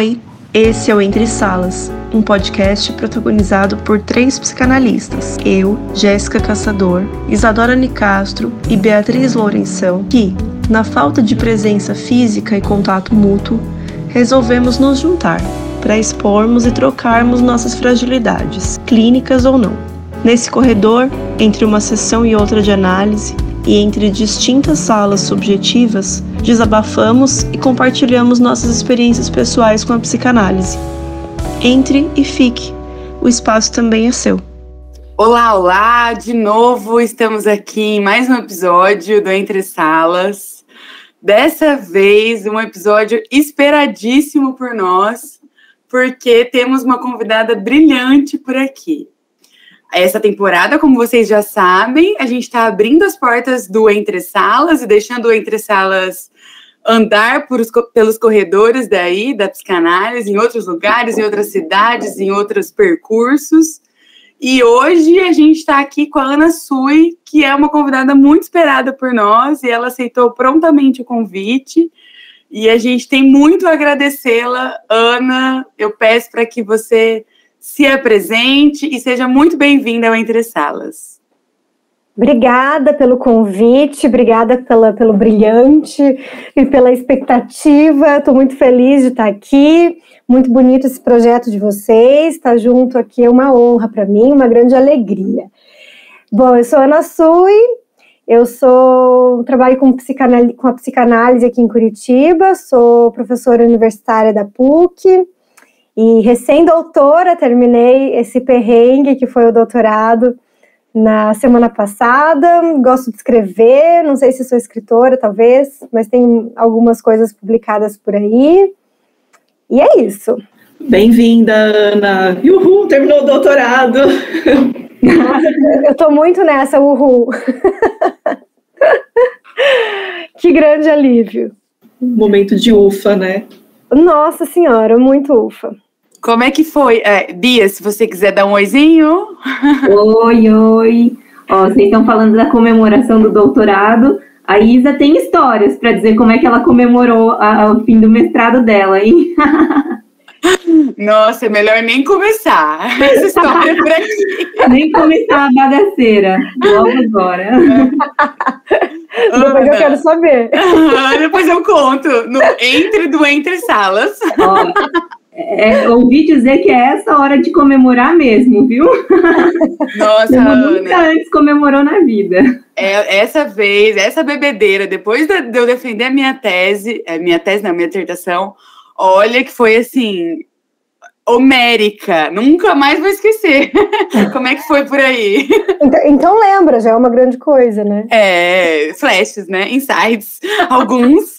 Oi, esse é o Entre Salas, um podcast protagonizado por 3 psicanalistas, eu, Jéssica Caçador, Isadora Nicastro e Beatriz Lourenção, que, na falta de presença física e contato mútuo, resolvemos nos juntar para expormos e trocarmos nossas fragilidades, clínicas ou não. Nesse corredor, entre uma sessão e outra de análise, e entre distintas salas subjetivas, desabafamos e compartilhamos nossas experiências pessoais com a psicanálise. Entre e fique, o espaço também é seu. Olá, olá! De novo estamos aqui em mais um episódio do Entre Salas. Dessa vez, um episódio esperadíssimo por nós, porque temos uma convidada brilhante por aqui. Essa temporada, como vocês já sabem, a gente está abrindo as portas do Entre Salas e deixando o Entre Salas andar pelos corredores daí, da psicanálise, em outros lugares, em outras cidades, em outros percursos. E hoje a gente está aqui com a Ana Sui, que é uma convidada muito esperada por nós, e ela aceitou prontamente o convite. E a gente tem muito a agradecê-la. Ana, eu peço para que você se apresente e seja muito bem-vinda ao Entre Salas. Obrigada pelo convite, obrigada pelo brilhante e pela expectativa. Estou muito feliz de estar aqui, muito bonito esse projeto de vocês, estar junto aqui é uma honra para mim, uma grande alegria. Bom, eu sou Ana Sui, trabalho com a psicanálise aqui em Curitiba, sou professora universitária da PUC, e recém-doutora, terminei esse perrengue que foi o doutorado na semana passada. Gosto de escrever, não sei se sou escritora, talvez, mas tem algumas coisas publicadas por aí. E é isso. Bem-vinda, Ana! Uhul, terminou o doutorado! Eu tô muito nessa, uhul! Que grande alívio! Momento de ufa, né? Nossa senhora, muito ufa. Como é que foi? Bia, se você quiser dar um oizinho. Oi. Ó, vocês estão falando da comemoração do doutorado. A Isa tem histórias para dizer como é que ela comemorou o fim do mestrado dela, hein? Nossa, é melhor nem começar essa história por aqui. Nem começar a bagaceira, logo agora. Depois eu quero saber. Depois eu conto, Entre Salas. Ó, ouvi dizer que é essa hora de comemorar mesmo, viu? Nossa, Ana. Nunca antes comemorou na vida. Essa vez, essa bebedeira, depois de eu defender a minha dissertação, olha que foi assim, homérica, nunca mais vou esquecer. Como é que foi por aí? Então lembra, já é uma grande coisa, né? Flashes, né? Insights, alguns.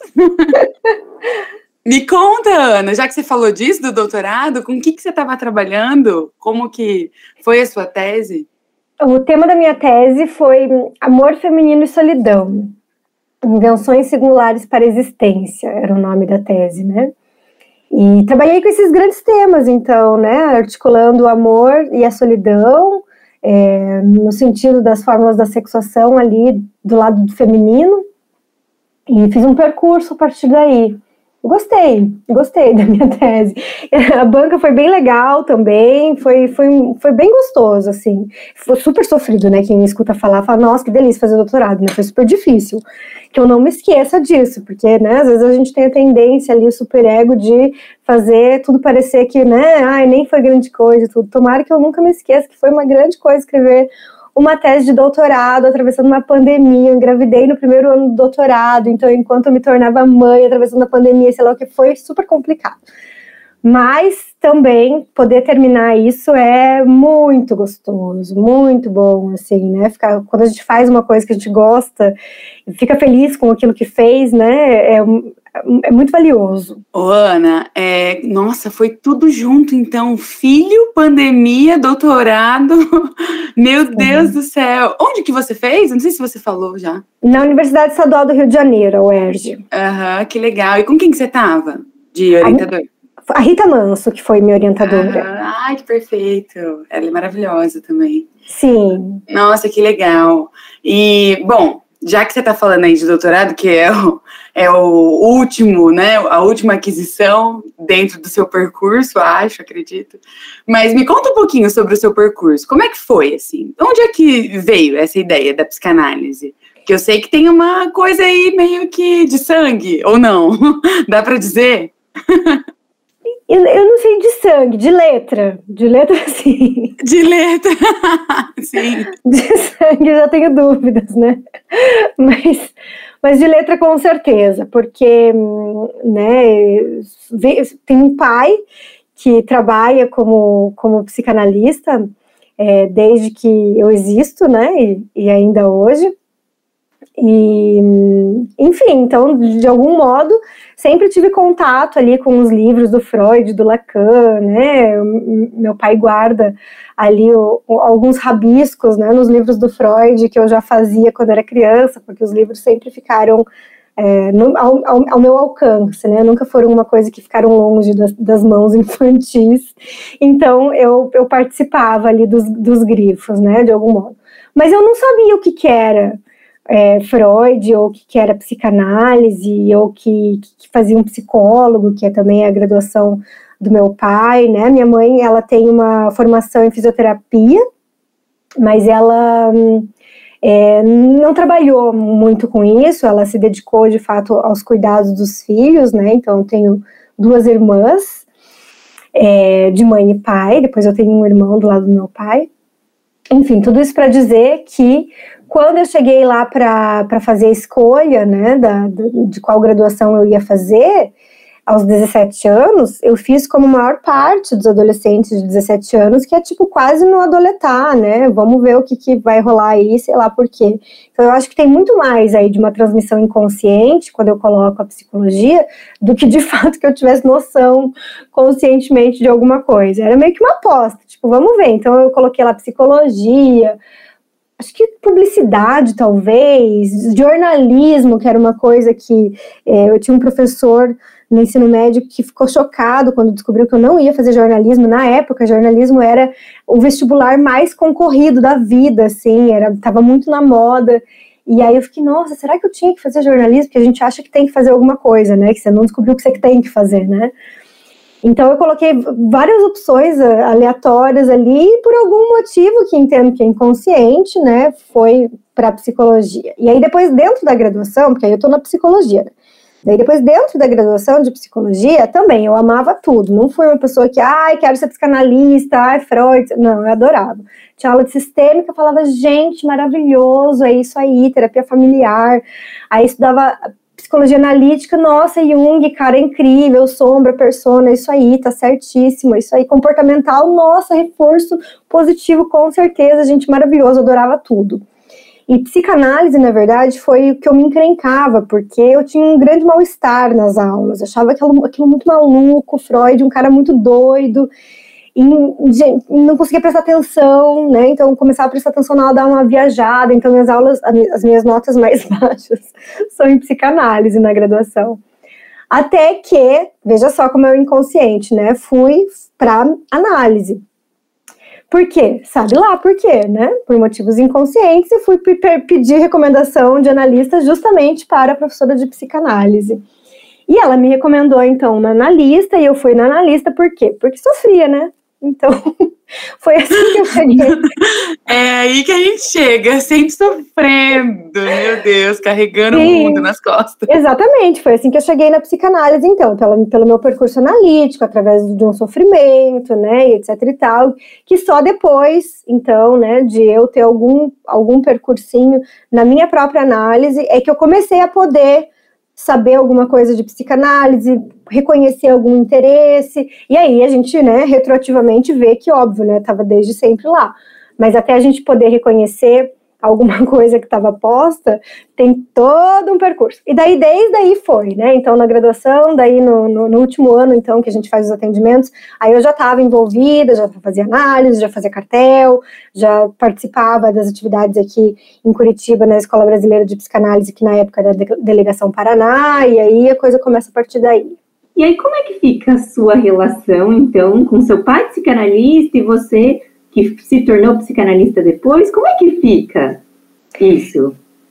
Me conta, Ana, já que você falou disso, do doutorado, com o que você estava trabalhando? Como que foi a sua tese? O tema da minha tese foi Amor Feminino e Solidão. Invenções Singulares para a Existência, era o nome da tese, né? E trabalhei com esses grandes temas, então, né? Articulando o amor e a solidão, no sentido das fórmulas da sexuação ali do lado feminino, e fiz um percurso a partir daí. Gostei da minha tese. A banca foi bem legal também, foi bem gostoso, assim. Foi super sofrido, né? Quem me escuta falar, fala, nossa, que delícia fazer doutorado, né? Foi super difícil. Que eu não me esqueça disso, porque, né, às vezes a gente tem a tendência ali, o superego, de fazer tudo parecer que, né, nem foi grande coisa, tudo. Tomara que eu nunca me esqueça que foi uma grande coisa escrever uma tese de doutorado, atravessando uma pandemia. Eu engravidei no primeiro ano do doutorado, então enquanto eu me tornava mãe, atravessando a pandemia, sei lá o que, foi super complicado. Mas também poder terminar isso é muito gostoso, muito bom, assim, né? Quando a gente faz uma coisa que a gente gosta, fica feliz com aquilo que fez, né? É muito valioso. Ô, Ana, nossa, foi tudo junto, então, filho, pandemia, doutorado, meu Deus do céu. Onde que você fez? Não sei se você falou já. Na Universidade Estadual do Rio de Janeiro, a UERJ. Que legal. E com quem que você estava de orientador? A Rita Manso, que foi minha orientadora. Ai, que perfeito. Ela é maravilhosa também. Sim. Nossa, que legal. E, bom, já que você está falando aí de doutorado, que é o último, né, a última aquisição dentro do seu percurso, acredito. Mas me conta um pouquinho sobre o seu percurso. Como é que foi, assim? Onde é que veio essa ideia da psicanálise? Porque eu sei que tem uma coisa aí meio que de sangue, ou não? Dá para dizer? Eu não sei de sangue, de letra sim. De letra, sim. De sangue eu já tenho dúvidas, né? Mas de letra com certeza, porque, né, tem um pai que trabalha como psicanalista desde que eu existo, né, e ainda hoje. E, enfim, então, de algum modo, sempre tive contato ali com os livros do Freud, do Lacan, né, meu pai guarda ali alguns rabiscos, né, nos livros do Freud que eu já fazia quando era criança, porque os livros sempre ficaram ao meu alcance, né, nunca foram uma coisa que ficaram longe das mãos infantis, então eu participava ali dos grifos, né, de algum modo, mas eu não sabia o que era Freud, ou que era psicanálise, ou que fazia um psicólogo, que é também a graduação do meu pai, né? Minha mãe, ela tem uma formação em fisioterapia, mas ela não trabalhou muito com isso, ela se dedicou, de fato, aos cuidados dos filhos, né? Então, eu tenho 2 irmãs, de mãe e pai, depois eu tenho um irmão do lado do meu pai. Enfim, tudo isso para dizer que quando eu cheguei lá para fazer a escolha, né, de qual graduação eu ia fazer, aos 17 anos, eu fiz como a maior parte dos adolescentes de 17 anos, que é tipo quase no adoletar, né, vamos ver o que vai rolar aí, sei lá por quê. Então eu acho que tem muito mais aí de uma transmissão inconsciente, quando eu coloco a psicologia, do que de fato que eu tivesse noção conscientemente de alguma coisa. Era meio que uma aposta, tipo, vamos ver. Então eu coloquei lá psicologia, acho que publicidade, talvez, jornalismo, que era uma coisa que eu tinha um professor no ensino médio que ficou chocado quando descobriu que eu não ia fazer jornalismo. Na época, jornalismo era o vestibular mais concorrido da vida, assim, estava muito na moda. E aí eu fiquei, nossa, será que eu tinha que fazer jornalismo? Porque a gente acha que tem que fazer alguma coisa, né? Que você não descobriu o que você tem que fazer, né? Então eu coloquei várias opções aleatórias ali e por algum motivo que entendo que é inconsciente, né, foi para psicologia. E aí depois dentro da graduação, porque aí eu tô na psicologia, né? Daí depois dentro da graduação de psicologia também eu amava tudo, não fui uma pessoa que, quero ser psicanalista, Freud, não, eu adorava. Tinha aula de sistêmica, eu falava, gente, maravilhoso, é isso aí, terapia familiar, aí estudava psicologia analítica, nossa, Jung, cara, é incrível, sombra, persona, isso aí, tá certíssimo, isso aí, comportamental, nossa, reforço positivo, com certeza, gente, maravilhoso, adorava tudo. E psicanálise, na verdade, foi o que eu me encrencava, porque eu tinha um grande mal-estar nas aulas, achava aquilo muito maluco, Freud, um cara muito doido, e não conseguia prestar atenção, né, então eu começava a prestar atenção na aula, dar uma viajada, então minhas aulas, as minhas notas mais baixas são em psicanálise na graduação. Até que, veja só como é o inconsciente, né, fui para análise. Por quê? Sabe lá por quê, né? Por motivos inconscientes, eu fui pedir recomendação de analista justamente para a professora de psicanálise. E ela me recomendou, então, uma analista, e eu fui na analista, por quê? Porque sofria, né? Então, foi assim que eu cheguei. É aí que a gente chega, sempre sofrendo, meu Deus, carregando Sim, o mundo nas costas. Exatamente, foi assim que eu cheguei na psicanálise, então, pelo meu percurso analítico, através de um sofrimento, né, e etc e tal, que só depois, então, né, de eu ter algum percursinho na minha própria análise, é que eu comecei a poder saber alguma coisa de psicanálise, reconhecer algum interesse, e aí a gente, né, retroativamente vê que, óbvio, né, estava desde sempre lá, mas até a gente poder reconhecer alguma coisa que estava posta, tem todo um percurso. E daí, desde aí foi, né? Então, na graduação, daí no último ano, então, que a gente faz os atendimentos, aí eu já estava envolvida, já fazia análise, já fazia cartel, já participava das atividades aqui em Curitiba, na Escola Brasileira de Psicanálise, que na época era da Delegação Paraná, e aí a coisa começa a partir daí. E aí, como é que fica a sua relação, então, com seu pai psicanalista e você que se tornou psicanalista depois? Como é que fica isso?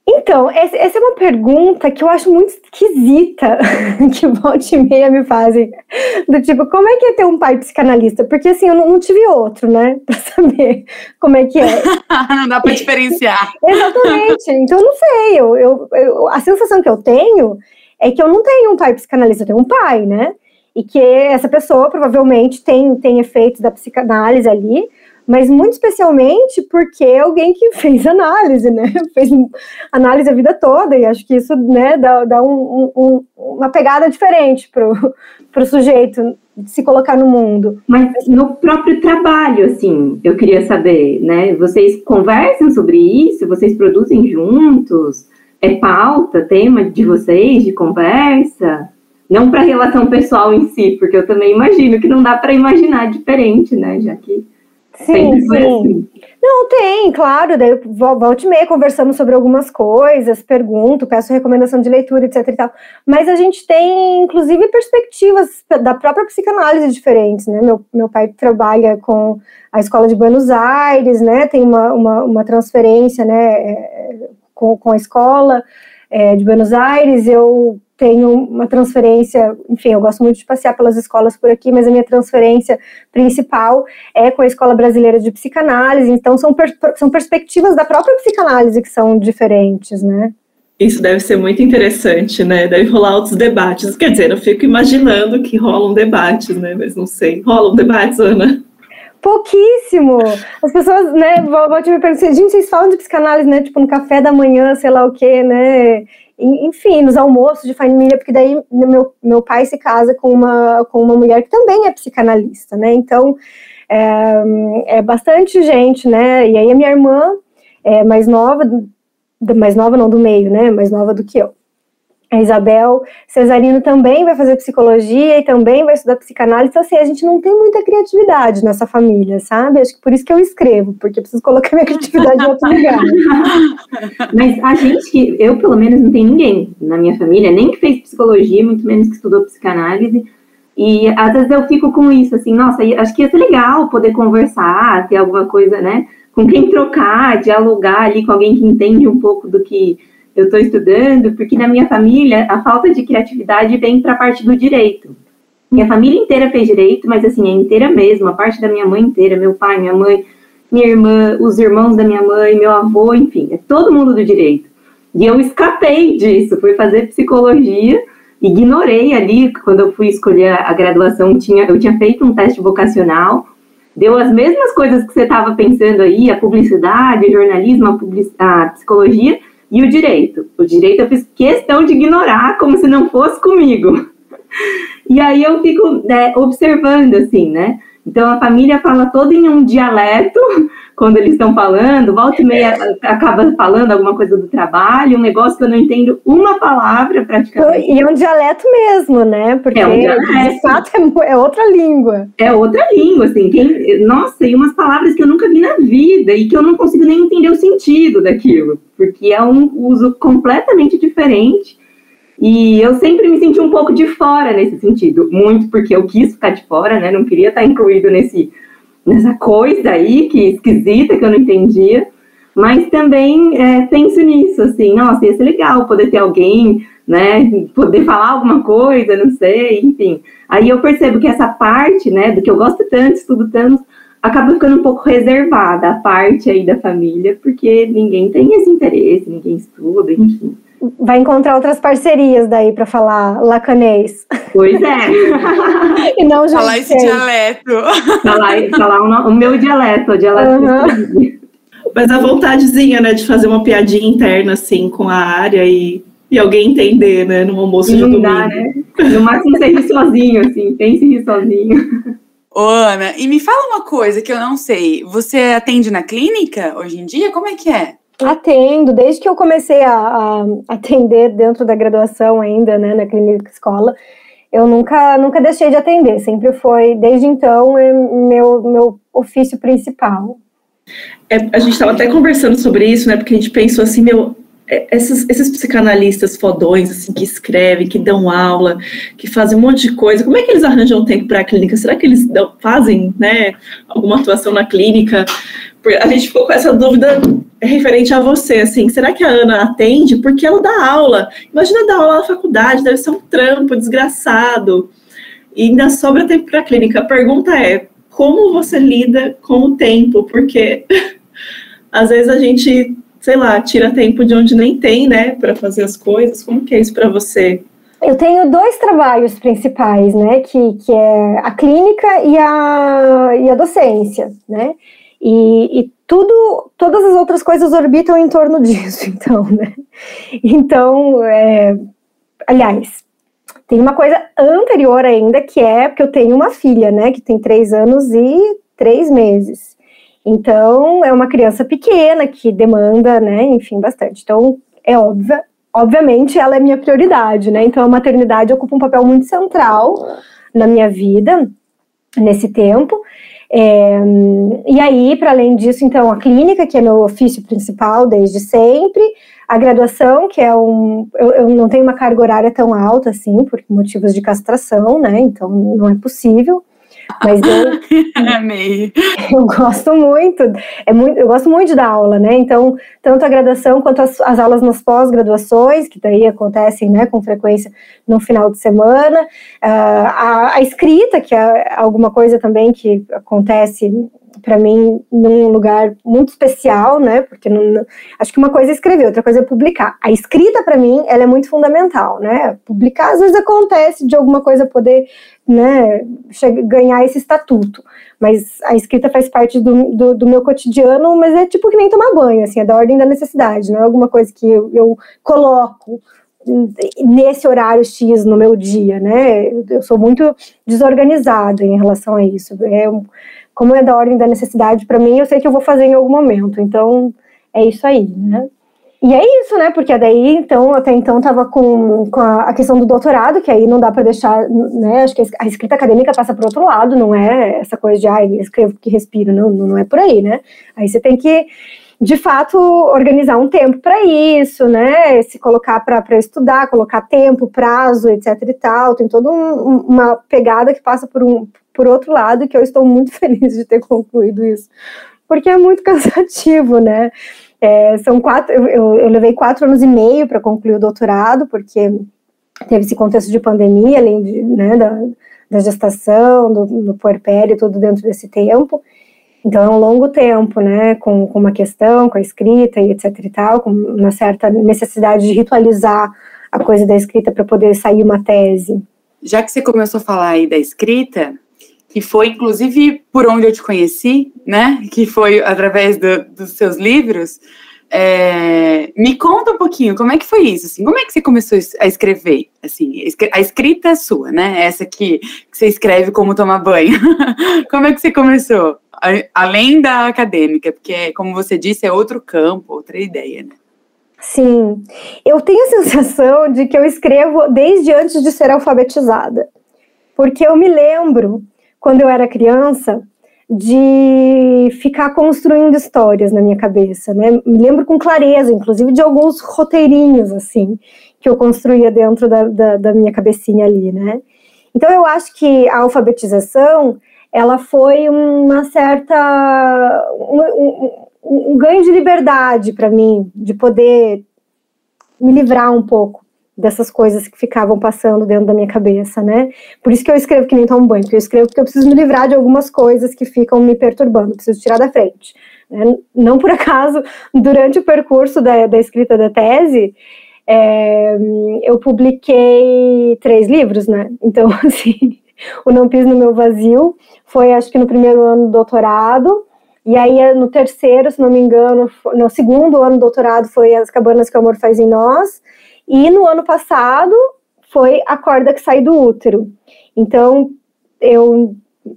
Então, essa é uma pergunta que eu acho muito esquisita, que volta e meia me fazem, do tipo, como é que é ter um pai psicanalista? Porque assim, eu não tive outro, né, pra saber como é que é. Não dá pra diferenciar. Exatamente, então eu não sei, a sensação que eu tenho é que eu não tenho um pai psicanalista, eu tenho um pai, né, e que essa pessoa provavelmente tem efeitos da psicanálise ali, mas muito especialmente porque é alguém que fez análise, né? Fez análise a vida toda, e acho que isso, né, dá uma pegada diferente pro sujeito se colocar no mundo. Mas no próprio trabalho, assim, eu queria saber, né? Vocês conversam sobre isso? Vocês produzem juntos? É pauta, tema de vocês, de conversa? Não para a relação pessoal em si, porque eu também imagino que não dá para imaginar diferente, né? Já que sim. Assim. Não, tem, claro, daí volta e meia conversamos sobre algumas coisas, pergunto, peço recomendação de leitura, etc e tal, mas a gente tem, inclusive, perspectivas da própria psicanálise diferentes, né, meu pai trabalha com a Escola de Buenos Aires, né, tem uma transferência, né, com a Escola de Buenos Aires, eu tenho uma transferência, enfim, eu gosto muito de passear pelas escolas por aqui, mas a minha transferência principal é com a Escola Brasileira de Psicanálise, então são perspectivas da própria psicanálise que são diferentes, né? Isso deve ser muito interessante, né? Deve rolar outros debates. Quer dizer, eu fico imaginando que rolam debates, né? Mas não sei. Rolam debates, Ana? Pouquíssimo! As pessoas, né, vão te perguntar, gente, vocês falam de psicanálise, né? Tipo, no café da manhã, sei lá o quê, né? Enfim, nos almoços de família, porque daí meu pai se casa com uma mulher que também é psicanalista, né? Então, é bastante gente, né? E aí a minha irmã é mais nova não do meio, né? Mais nova do que eu. A Isabel Cesarino também vai fazer psicologia e também vai estudar psicanálise. Então, assim, a gente não tem muita criatividade nessa família, sabe? Acho que por isso que eu escrevo, porque eu preciso colocar minha criatividade em outro lugar. Mas a gente, eu pelo menos não tenho ninguém na minha família, nem que fez psicologia, muito menos que estudou psicanálise. E às vezes eu fico com isso, assim, nossa, acho que ia ser legal poder conversar, ter alguma coisa, né? Com quem trocar, dialogar ali com alguém que entende um pouco do que eu estou estudando, porque na minha família a falta de criatividade vem para a parte do direito. Minha família inteira fez direito, mas assim, é inteira mesmo, a parte da minha mãe inteira, meu pai, minha mãe, minha irmã, os irmãos da minha mãe, meu avô, enfim, é todo mundo do direito. E eu escapei disso, fui fazer psicologia, ignorei ali, quando eu fui escolher a graduação, eu tinha feito um teste vocacional, deu as mesmas coisas que você estava pensando aí, a publicidade, o jornalismo, a psicologia, e o direito. O direito eu fiz questão de ignorar como se não fosse comigo. E aí eu fico observando, assim, né? Então a família fala todo em um dialeto, quando eles estão falando, volta e meia acaba falando alguma coisa do trabalho, um negócio que eu não entendo uma palavra praticamente. E é um dialeto mesmo, né? Porque de fato é outra língua. É outra língua, assim. Nossa, e umas palavras que eu nunca vi na vida e que eu não consigo nem entender o sentido daquilo, porque é um uso completamente diferente. E eu sempre me senti um pouco de fora nesse sentido, muito porque eu quis ficar de fora, né? Não queria estar incluído nessa coisa aí que esquisita que eu não entendia, mas também penso nisso, assim, nossa, ia ser legal poder ter alguém, né? Poder falar alguma coisa, não sei, enfim. Aí eu percebo que essa parte, né, do que eu gosto tanto, estudo tanto, acaba ficando um pouco reservada, a parte aí da família, porque ninguém tem esse interesse, ninguém estuda, enfim. Vai encontrar outras parcerias daí para falar lacanês. Pois é. E não falar esse dialeto. Falar o meu dialeto, o dialeto. Uhum. Mas a vontadezinha, né, de fazer uma piadinha interna, assim, com a área e alguém entender, né, no almoço de domingo. Dá, né? No máximo você rir sozinho, assim, pense em rir sozinho. Ô, Ana, e me fala uma coisa que eu não sei. Você atende na clínica hoje em dia? Como é que é? Atendo, desde que eu comecei a atender dentro da graduação ainda, né, na clínica escola, eu nunca deixei de atender, sempre foi, desde então, meu ofício principal. A gente estava até conversando sobre isso, né, porque a gente pensou assim, esses psicanalistas fodões, assim, que escrevem, que dão aula, que fazem um monte de coisa, como é que eles arranjam tempo para a clínica? Será que eles fazem, né, alguma atuação na clínica? A gente ficou com essa dúvida referente a você, assim, será que a Ana atende? Porque ela dá aula. Imagina dar aula na faculdade, deve ser um trampo desgraçado. E ainda sobra tempo para a clínica. A pergunta é, como você lida com o tempo? Porque às vezes a gente, sei lá, tira tempo de onde nem tem, né, para fazer as coisas. Como que é isso para você? Eu tenho 2 trabalhos principais, né, que é a clínica e a docência, né, e todas as outras coisas orbitam em torno disso, então, né. Então, aliás, tem uma coisa anterior ainda, que é porque eu tenho uma filha, né, que tem 3 anos e 3 meses. Então, é uma criança pequena que demanda, né, enfim, bastante. Então, obviamente, ela é minha prioridade, né? Então, a maternidade ocupa um papel muito central na minha vida, nesse tempo. E aí, para além disso, então, a clínica, que é meu ofício principal desde sempre, a graduação, que é eu não tenho uma carga horária tão alta, assim, por motivos de castração, né? Então, não é possível. Mas eu gosto muito, eu gosto muito de dar aula, né? Então, tanto a graduação quanto as aulas nas pós-graduações, que daí acontecem, né, com frequência no final de semana, a escrita, que é alguma coisa também que acontece para mim num lugar muito especial, né? Porque acho que uma coisa é escrever, outra coisa é publicar. A escrita, para mim, ela é muito fundamental, né? Publicar, às vezes acontece de alguma coisa poder, né, ganhar esse estatuto, mas a escrita faz parte do meu cotidiano, mas é tipo que nem tomar banho, assim, é da ordem da necessidade, não é alguma coisa que eu coloco nesse horário X no meu dia, né? Eu sou muito desorganizada em relação a isso. Como é da ordem da necessidade para mim, eu sei que eu vou fazer em algum momento. Então, é isso aí, né? E é isso, né? Porque daí, então, até então estava com a questão do doutorado, que aí não dá para deixar, né? Acho que a escrita acadêmica passa por outro lado, não é essa coisa de, escrevo porque respiro, não é por aí, né? Aí você tem que, de fato, organizar um tempo para isso, né? Se colocar para estudar, colocar tempo, prazo, etc e tal. Tem toda uma pegada que passa por outro lado, que eu estou muito feliz de ter concluído isso, porque é muito cansativo, né? São 4, eu levei 4 anos e meio para concluir o doutorado, porque teve esse contexto de pandemia, além de, né, da gestação, do puerpério, tudo dentro desse tempo. Então é um longo tempo, né, com uma questão, com a escrita e etc e tal, com uma certa necessidade de ritualizar a coisa da escrita para poder sair uma tese. Já que você começou a falar aí da escrita, que foi inclusive por onde eu te conheci, né, que foi através dos seus livros, me conta um pouquinho, como é que foi isso, assim, como é que você começou a escrever, assim, a escrita é sua, né, essa que você escreve como tomar banho, como é que você começou, além da acadêmica, porque, como você disse, é outro campo, outra ideia, né? Sim, eu tenho a sensação de que eu escrevo desde antes de ser alfabetizada, porque eu me lembro, quando eu era criança, de ficar construindo histórias na minha cabeça, né? Me lembro com clareza, inclusive, de alguns roteirinhos, assim, que eu construía dentro da minha cabecinha ali, né? Então, eu acho que a alfabetização, ela foi uma certa... um ganho de liberdade para mim, de poder me livrar um pouco dessas coisas que ficavam passando dentro da minha cabeça, né? Por isso que eu escrevo que nem tomo banho, porque eu escrevo porque eu preciso me livrar de algumas coisas que ficam me perturbando, preciso tirar da frente, né? Não por acaso, durante o percurso da escrita da tese, eu publiquei 3 livros, né? Então, assim, o Não Pise no Meu Vazio foi, acho que no primeiro ano do doutorado, e aí no terceiro, se não me engano, no segundo ano do doutorado foi As Cabanas que o Amor Faz em Nós, e no ano passado foi A Corda que Sai do Útero. Então, eu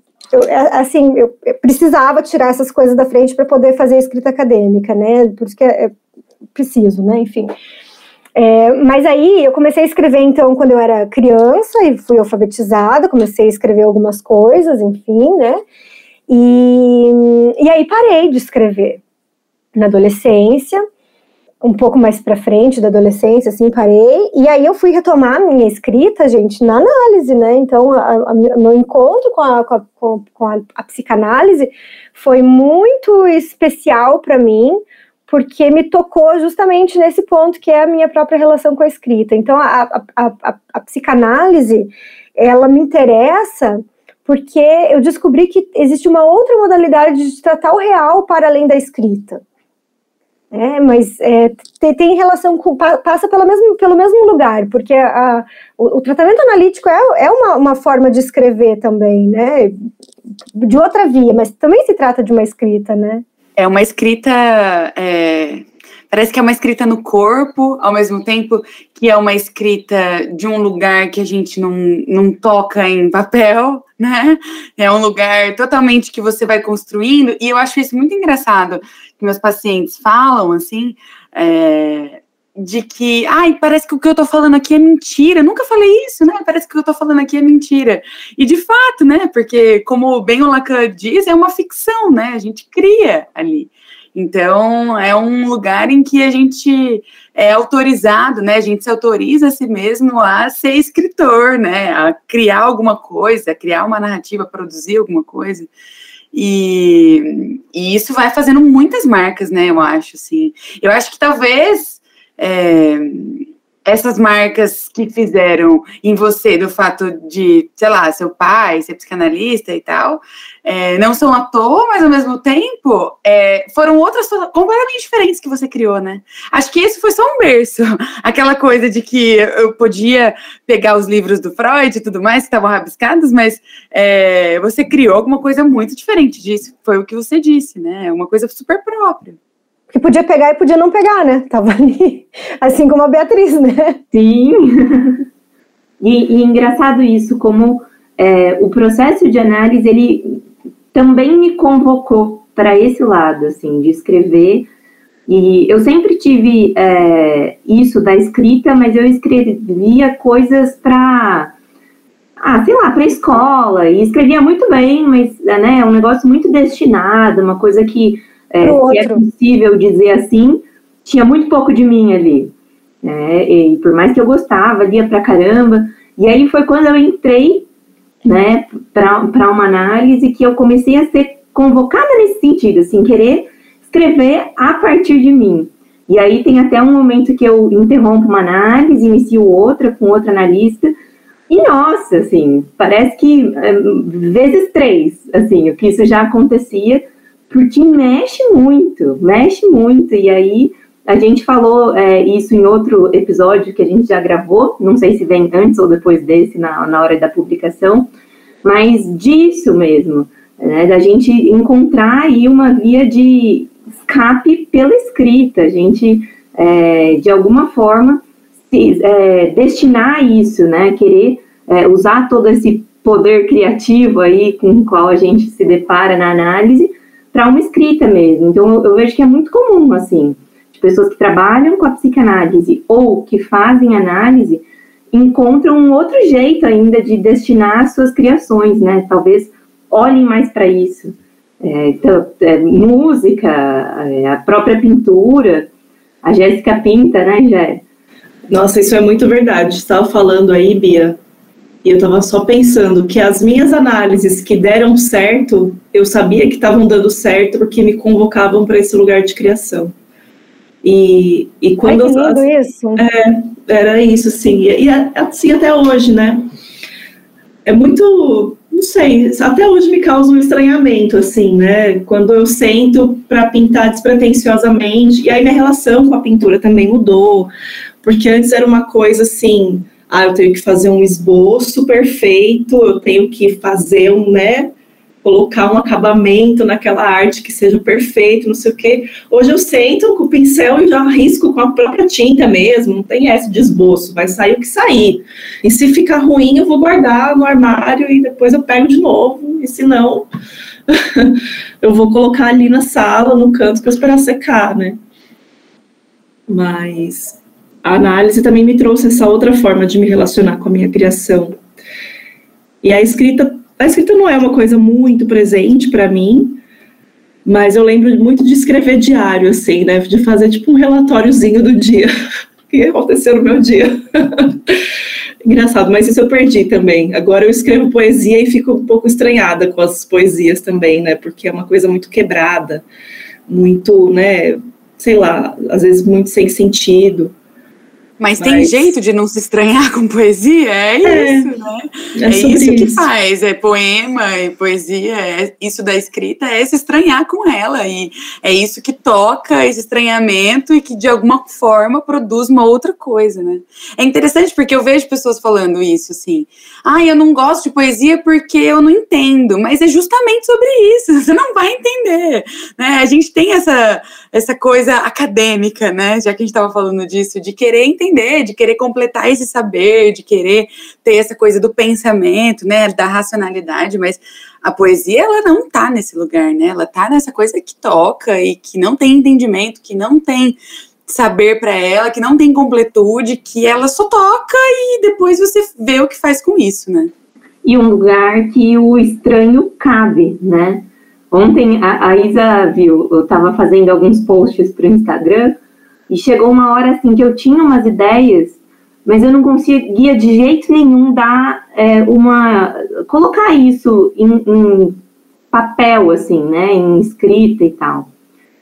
precisava tirar essas coisas da frente para poder fazer a escrita acadêmica, né? Por isso que é preciso, né? Enfim. Mas aí eu comecei a escrever, então, quando eu era criança e fui alfabetizada, comecei a escrever algumas coisas, enfim, né? E aí parei de escrever na adolescência. um pouco mais para frente da adolescência, assim, parei, e aí eu fui retomar a minha escrita, gente, na análise, né? Então, meu encontro com a psicanálise foi muito especial para mim, porque me tocou justamente nesse ponto que é a minha própria relação com a escrita. Então, a psicanálise, ela me interessa porque eu descobri que existe uma outra modalidade de tratar o real para além da escrita. Mas tem relação com, passa pelo mesmo lugar, porque o tratamento analítico é uma forma de escrever também, né? De outra via, mas também se trata de uma escrita, né? É uma escrita, parece que é uma escrita no corpo, ao mesmo tempo que é uma escrita de um lugar que a gente não toca em papel, né? É um lugar totalmente que você vai construindo, e eu acho isso muito engraçado, que meus pacientes falam, assim, de que, parece que o que eu tô falando aqui é mentira, eu nunca falei isso, né? Parece que o que eu tô falando aqui é mentira. E de fato, né? Porque, como bem o Lacan diz, é uma ficção, né? A gente cria ali. Então, é um lugar em que a gente é autorizado, né? A gente se autoriza a si mesmo a ser escritor, né? A criar alguma coisa, a criar uma narrativa, a produzir alguma coisa. E isso vai fazendo muitas marcas, né? Eu acho, assim. Eu acho que talvez essas marcas que fizeram em você, do fato de, sei lá, seu pai ser psicanalista e tal, não são à toa, mas ao mesmo tempo foram outras completamente diferentes que você criou, né? Acho que esse foi só um berço, aquela coisa de que eu podia pegar os livros do Freud e tudo mais, que estavam rabiscados, mas você criou alguma coisa muito diferente disso, foi o que você disse, né? Uma coisa super própria. Que podia pegar e podia não pegar, né? Tava ali, assim como a Beatriz, né? Sim. E engraçado isso, como o processo de análise, ele também me convocou para esse lado, assim, de escrever. E eu sempre tive isso da escrita, mas eu escrevia coisas para, sei lá, para a escola. E escrevia muito bem, mas é um negócio muito destinado, uma coisa que... se é possível dizer assim, tinha muito pouco de mim ali, e por mais que eu gostava, lia pra caramba, e aí foi quando eu entrei, né, para uma análise que eu comecei a ser convocada nesse sentido, assim, querer escrever a partir de mim, e aí tem até um momento que eu interrompo uma análise, inicio outra com outro analista, e nossa, assim, parece que vezes 3, assim, o que isso já acontecia, porque mexe muito, e aí a gente falou isso em outro episódio que a gente já gravou, não sei se vem antes ou depois desse, na hora da publicação, mas disso mesmo, né, da gente encontrar aí uma via de escape pela escrita, a gente, de alguma forma, destinar isso, né, querer usar todo esse poder criativo aí com o qual a gente se depara na análise, para uma escrita mesmo. Então, eu vejo que é muito comum, assim, de pessoas que trabalham com a psicanálise ou que fazem análise, encontram um outro jeito ainda de destinar as suas criações, né? Talvez olhem mais para isso. Música, a própria pintura, a Jéssica pinta, né, Jé? Nossa, isso é muito verdade. Você estava falando aí, Bia, e eu estava só pensando que as minhas análises que deram certo, eu sabia que estavam dando certo porque me convocavam para esse lugar de criação. E quando que lindo isso! Era isso, sim. E assim até hoje, né? É muito, não sei, até hoje me causa um estranhamento, assim, né? Quando eu sento para pintar despretensiosamente, e aí minha relação com a pintura também mudou, porque antes era uma coisa assim... eu tenho que fazer um esboço perfeito, eu tenho que fazer colocar um acabamento naquela arte que seja perfeito, não sei o quê. Hoje eu sento com o pincel e já risco com a própria tinta mesmo, não tem essa de esboço, vai sair o que sair. E se ficar ruim, eu vou guardar no armário e depois eu pego de novo, e se não, eu vou colocar ali na sala, no canto, para esperar secar, né? Mas... a análise também me trouxe essa outra forma de me relacionar com a minha criação. E a escrita não é uma coisa muito presente para mim, Mas eu lembro muito de escrever diário, assim, né? De fazer tipo um relatóriozinho do dia. O que aconteceu no meu dia. Engraçado, mas isso eu perdi também. Agora eu escrevo poesia e fico um pouco estranhada com as poesias também, né? Porque é uma coisa muito quebrada, muito, né? Sei lá, às vezes muito sem sentido. Mas tem jeito de não se estranhar com poesia? É isso, né? É isso que faz. É poema e poesia, isso da escrita é se estranhar com ela. E é isso que toca esse estranhamento e que, de alguma forma, produz uma outra coisa, né? É interessante porque eu vejo pessoas falando isso, assim. Eu não gosto de poesia porque eu não entendo. Mas é justamente sobre isso. Você não vai entender, né? A gente tem essa coisa acadêmica, né? Já que a gente estava falando disso, de querer entender, de querer completar esse saber, de querer ter essa coisa do pensamento, né, da racionalidade, mas a poesia, ela não tá nesse lugar, né, ela tá nessa coisa que toca e que não tem entendimento, que não tem saber para ela, que não tem completude, que ela só toca e depois você vê o que faz com isso, né. E um lugar que o estranho cabe, né. Ontem a Isa viu, eu estava fazendo alguns posts para o Instagram, e chegou uma hora, assim, que eu tinha umas ideias, mas eu não conseguia de jeito nenhum colocar isso em papel, assim, né, em escrita e tal,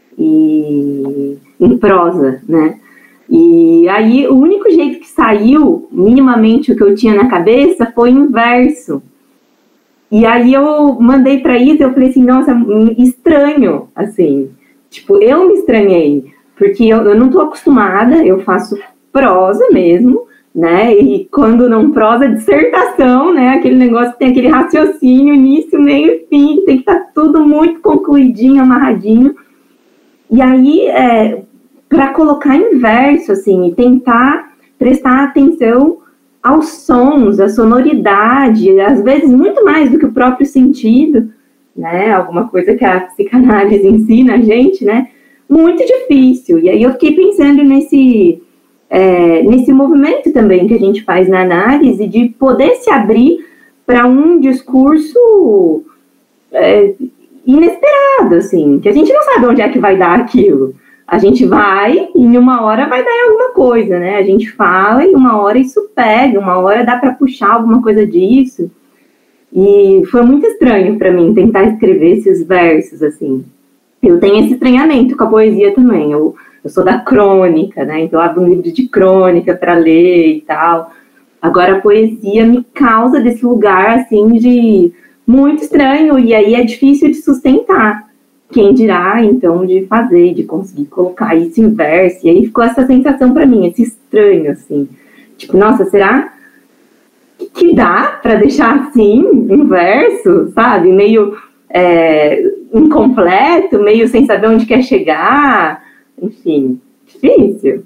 e em prosa, né. E aí, o único jeito que saiu, minimamente, o que eu tinha na cabeça, foi em verso. E aí eu mandei pra Isa, eu falei assim, nossa, estranho, assim, tipo, eu me estranhei, porque eu não estou acostumada, eu faço prosa mesmo, né, e quando não prosa, dissertação, né, aquele negócio que tem aquele raciocínio, início, meio e fim, tem que estar tudo muito concluidinho, amarradinho, e aí, para colocar em verso, assim, e tentar prestar atenção aos sons, à sonoridade, às vezes muito mais do que o próprio sentido, né, alguma coisa que a psicanálise ensina a gente, né, muito difícil. E aí eu fiquei pensando nesse movimento também que a gente faz na análise de poder se abrir para um discurso inesperado, assim, que a gente não sabe onde é que vai dar aquilo. A gente vai e em uma hora vai dar em alguma coisa, né? A gente fala e uma hora isso pega, uma hora dá para puxar alguma coisa disso. E foi muito estranho para mim tentar escrever esses versos, assim. Eu tenho esse estranhamento com a poesia também. Eu sou da crônica, né? Então eu abro um livro de crônica para ler e tal. Agora a poesia me causa desse lugar, assim, de muito estranho. E aí é difícil de sustentar. Quem dirá, então, de fazer, de conseguir colocar isso em verso. E aí ficou essa sensação para mim, esse estranho, assim. Tipo, nossa, será que dá para deixar assim, em verso, sabe? Meio incompleto, meio sem saber onde quer chegar. Enfim, difícil.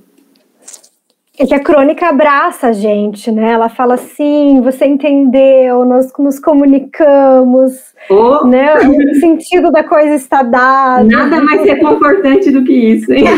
É que a crônica abraça a gente, né? Ela fala assim, você entendeu, nós nos comunicamos, né? O sentido da coisa está dado. Nada mais reconfortante do que isso, hein?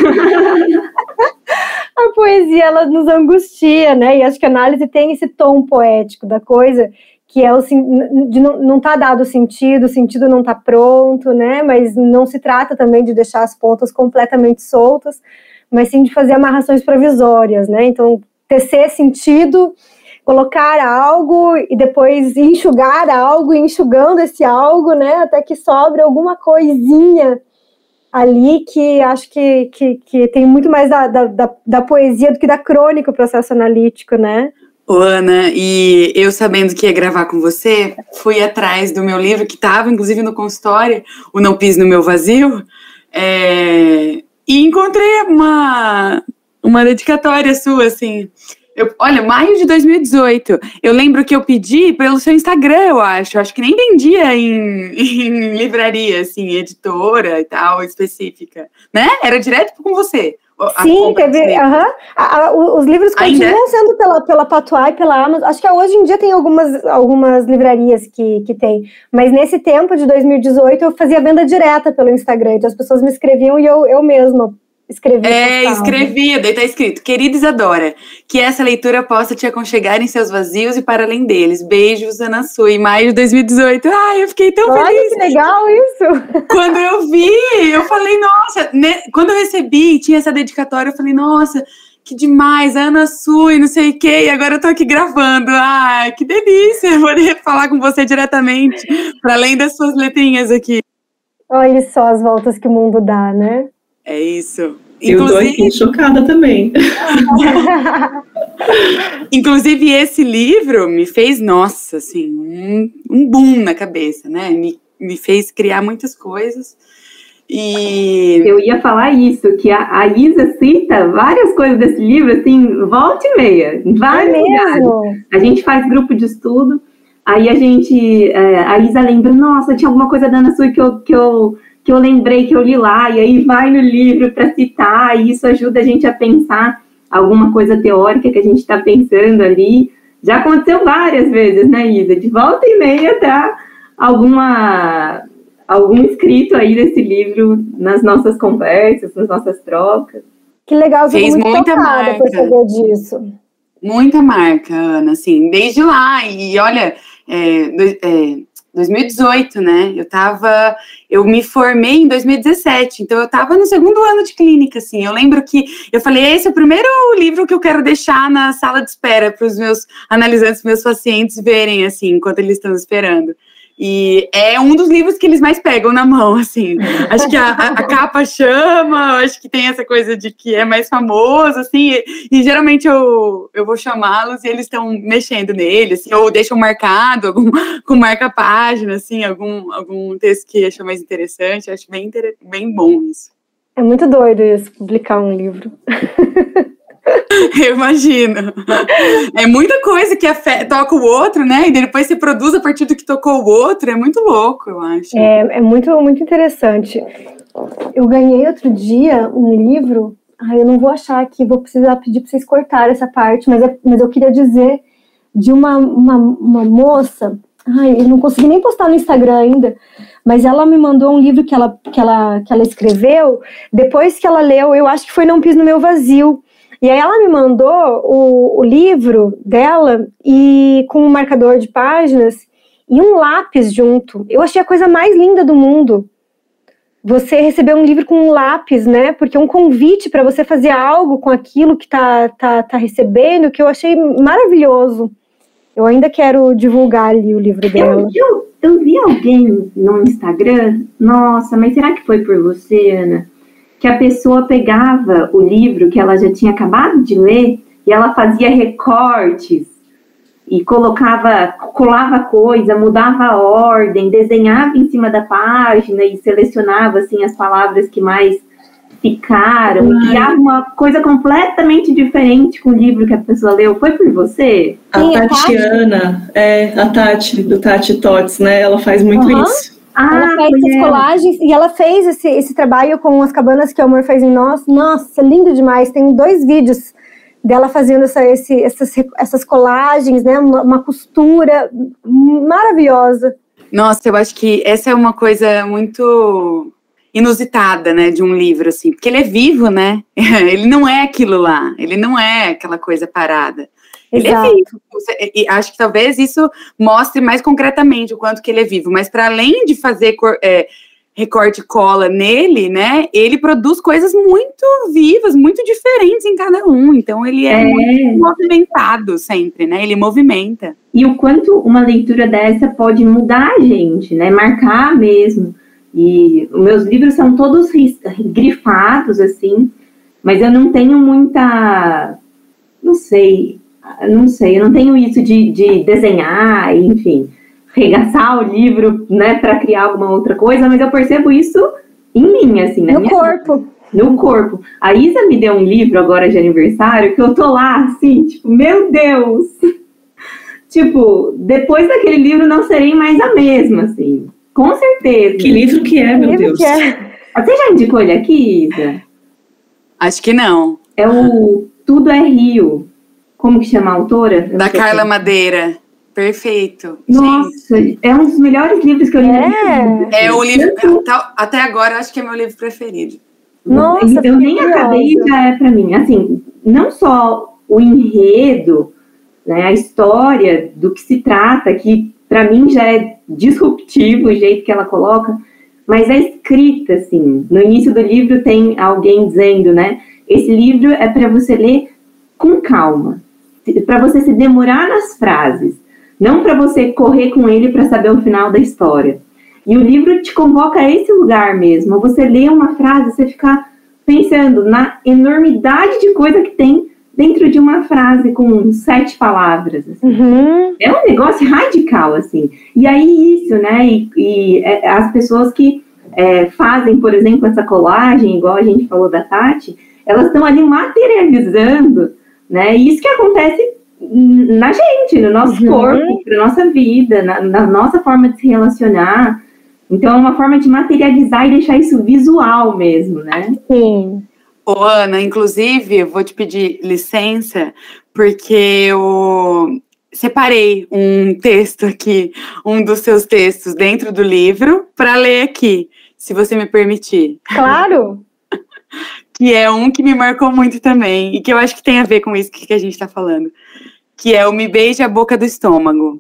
A poesia, ela nos angustia, né? E acho que a análise tem esse tom poético da coisa, que é de não tá dado o sentido não está pronto, né? Mas não se trata também de deixar as pontas completamente soltas, mas sim de fazer amarrações provisórias, né? Então, tecer sentido, colocar algo e depois enxugar algo, e enxugando esse algo, né? Até que sobre alguma coisinha ali que acho que tem muito mais da poesia do que da crônica, o processo analítico, né? Ô, Ana, e eu sabendo que ia gravar com você, fui atrás do meu livro, que estava inclusive no consultório, O Não Pise no Meu Vazio, e encontrei uma dedicatória sua, assim. Olha, maio de 2018. Eu lembro que eu pedi pelo seu Instagram, eu acho que nem vendia em livraria, assim, editora e tal, específica, né? Era direto com você. Sim, teve. Os livros continuam sendo pela Patuá e pela Amazon. Acho que hoje em dia tem algumas livrarias que tem. Mas nesse tempo de 2018 eu fazia venda direta pelo Instagram. Então as pessoas me escreviam e eu mesma escrevia. Escrevia, daí tá escrito: querida Isadora, que essa leitura possa te aconchegar em seus vazios e para além deles. Beijos, Ana Sui, maio de 2018. Ai, eu fiquei tão feliz. Olha que legal isso! Quando eu vi, eu falei, nossa, né? Quando eu recebi, tinha essa dedicatória, eu falei, nossa, que demais, Ana Sui, não sei o quê, e agora eu tô aqui gravando. Ai, que delícia poder falar com você diretamente, para além das suas letrinhas aqui. Olha só as voltas que o mundo dá, né? É isso. Eu tô aqui chocada também. Inclusive, esse livro me fez, nossa, assim, um boom na cabeça, né? Me fez criar muitas coisas. E eu ia falar isso, que a Isa cita várias coisas desse livro, assim, volta e meia, em vários lugares. A gente faz grupo de estudo, aí a Isa lembra, nossa, tinha alguma coisa da Ana Sui que eu lembrei, que eu li lá, e aí vai no livro para citar, e isso ajuda a gente a pensar alguma coisa teórica que a gente está pensando ali. Já aconteceu várias vezes, né, Isa? De volta e meia tá algum escrito aí desse livro nas nossas conversas, nas nossas trocas. Que legal, você fez muita marca por saber disso. Muita marca, Ana, assim, desde lá. E olha, 2018, né? Eu me formei em 2017, então eu tava no segundo ano de clínica, assim. Eu lembro que eu falei, esse é o primeiro livro que eu quero deixar na sala de espera para os meus analisantes, meus pacientes verem, assim, enquanto eles estão esperando. E é um dos livros que eles mais pegam na mão, assim. Acho que a capa chama, acho que tem essa coisa de que é mais famoso, assim. E geralmente eu vou chamá-los e eles estão mexendo nele, assim, ou deixam marcado, com marca-página, assim, algum texto que acham mais interessante. Acho bem bom isso. É muito doido isso, publicar um livro. Eu imagino. É muita coisa que toca o outro, né? E depois você produz a partir do que tocou o outro. É muito louco, eu acho. É muito, muito interessante. Eu ganhei outro dia um livro. Eu não vou achar aqui, vou precisar pedir para vocês cortarem essa parte, mas eu queria dizer de uma moça. Eu não consegui nem postar no Instagram ainda, mas ela me mandou um livro que ela escreveu. Depois que ela leu, eu acho que foi Não Pis no Meu Vazio. E aí ela me mandou o livro dela e com um marcador de páginas e um lápis junto. Eu achei a coisa mais linda do mundo. Você receber um livro com um lápis, né? Porque é um convite para você fazer algo com aquilo que tá recebendo, que eu achei maravilhoso. Eu ainda quero divulgar ali o livro dela. Eu vi alguém no Instagram, nossa, mas será que foi por você, Ana? Que a pessoa pegava o livro que ela já tinha acabado de ler e ela fazia recortes e colava coisa, mudava a ordem, desenhava em cima da página e selecionava assim as palavras que mais ficaram e criava uma coisa completamente diferente com o livro que a pessoa leu. Foi por você? A Tatiana, a Tati, do Tati Tots, né? Ela faz muito isso. Ela faz essas colagens e ela fez esse trabalho com as cabanas que o Amor fez em nós. Nossa, lindo demais. Tem 2 vídeos dela fazendo essas colagens, né? Uma costura maravilhosa. Nossa, eu acho que essa é uma coisa muito inusitada, né, de um livro, assim, porque ele é vivo, né? Ele não é aquilo lá, ele não é aquela coisa parada. Ele é vivo. E acho que talvez isso mostre mais concretamente o quanto que ele é vivo. Mas para além de fazer recorte e cola nele, né, ele produz coisas muito vivas, muito diferentes em cada um. Então ele é muito movimentado sempre, né? Ele movimenta. E o quanto uma leitura dessa pode mudar a gente, né? Marcar mesmo. E os meus livros são todos grifados, assim, mas eu não tenho muita... Não sei, eu não tenho isso de desenhar, enfim, regaçar o livro, né, para criar alguma outra coisa, mas eu percebo isso em mim, assim, na minha corpo. Vida, no corpo. A Isa me deu um livro agora de aniversário que eu tô lá, assim, tipo, meu Deus! Tipo, depois daquele livro não serei mais a mesma, assim, com certeza. Que livro que é, meu Deus? Você já indicou ele aqui, Isa? Acho que não. É o Tudo é Rio. Como que chama a autora? Da Carla Madeira. Perfeito. Nossa, gente. É um dos melhores livros que eu li. É o livro, até agora, acho que é meu livro preferido. Nossa, eu nem acabei e já é para mim. Assim, não só o enredo, né, a história do que se trata, que para mim já é disruptivo o jeito que ela coloca, mas a escrita, assim, no início do livro tem alguém dizendo, né, esse livro é para você ler com calma, para você se demorar nas frases, não para você correr com ele para saber o final da história. E o livro te convoca a esse lugar mesmo, você lê uma frase, você fica pensando na enormidade de coisa que tem dentro de uma frase com 7 palavras. Assim. Uhum. É um negócio radical, assim. E aí isso, né, e as pessoas que fazem, por exemplo, essa colagem, igual a gente falou da Tati, elas estão ali materializando, né, isso que acontece na gente, no nosso corpo, na nossa vida, na nossa forma de se relacionar. Então, é uma forma de materializar e deixar isso visual mesmo, né? Sim. Ô, Ana, inclusive, eu vou te pedir licença, porque eu separei um texto aqui, um dos seus textos dentro do livro, para ler aqui, se você me permitir. Claro! Que é um que me marcou muito também, e que eu acho que tem a ver com isso que a gente está falando, que é o Me Beije a Boca do Estômago.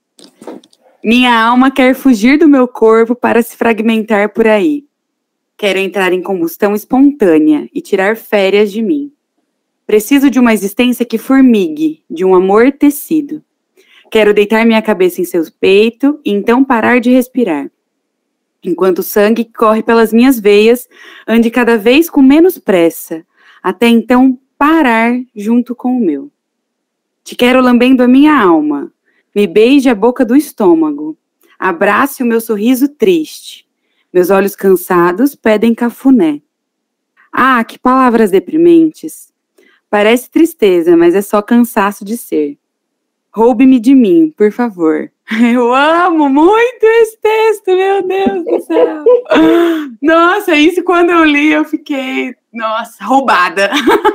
Minha alma quer fugir do meu corpo para se fragmentar por aí. Quero entrar em combustão espontânea e tirar férias de mim. Preciso de uma existência que formigue, de um amor tecido. Quero deitar minha cabeça em seu peito e então parar de respirar. Enquanto o sangue que corre pelas minhas veias ande cada vez com menos pressa, até então parar junto com o meu. Te quero lambendo a minha alma. Me beije a boca do estômago. Abrace o meu sorriso triste. Meus olhos cansados pedem cafuné. Ah, que palavras deprimentes. Parece tristeza, mas é só cansaço de ser. Roube-me de mim, por favor. Eu amo muito esse texto, meu Deus do céu. Nossa, isso quando eu li, eu fiquei, nossa, roubada.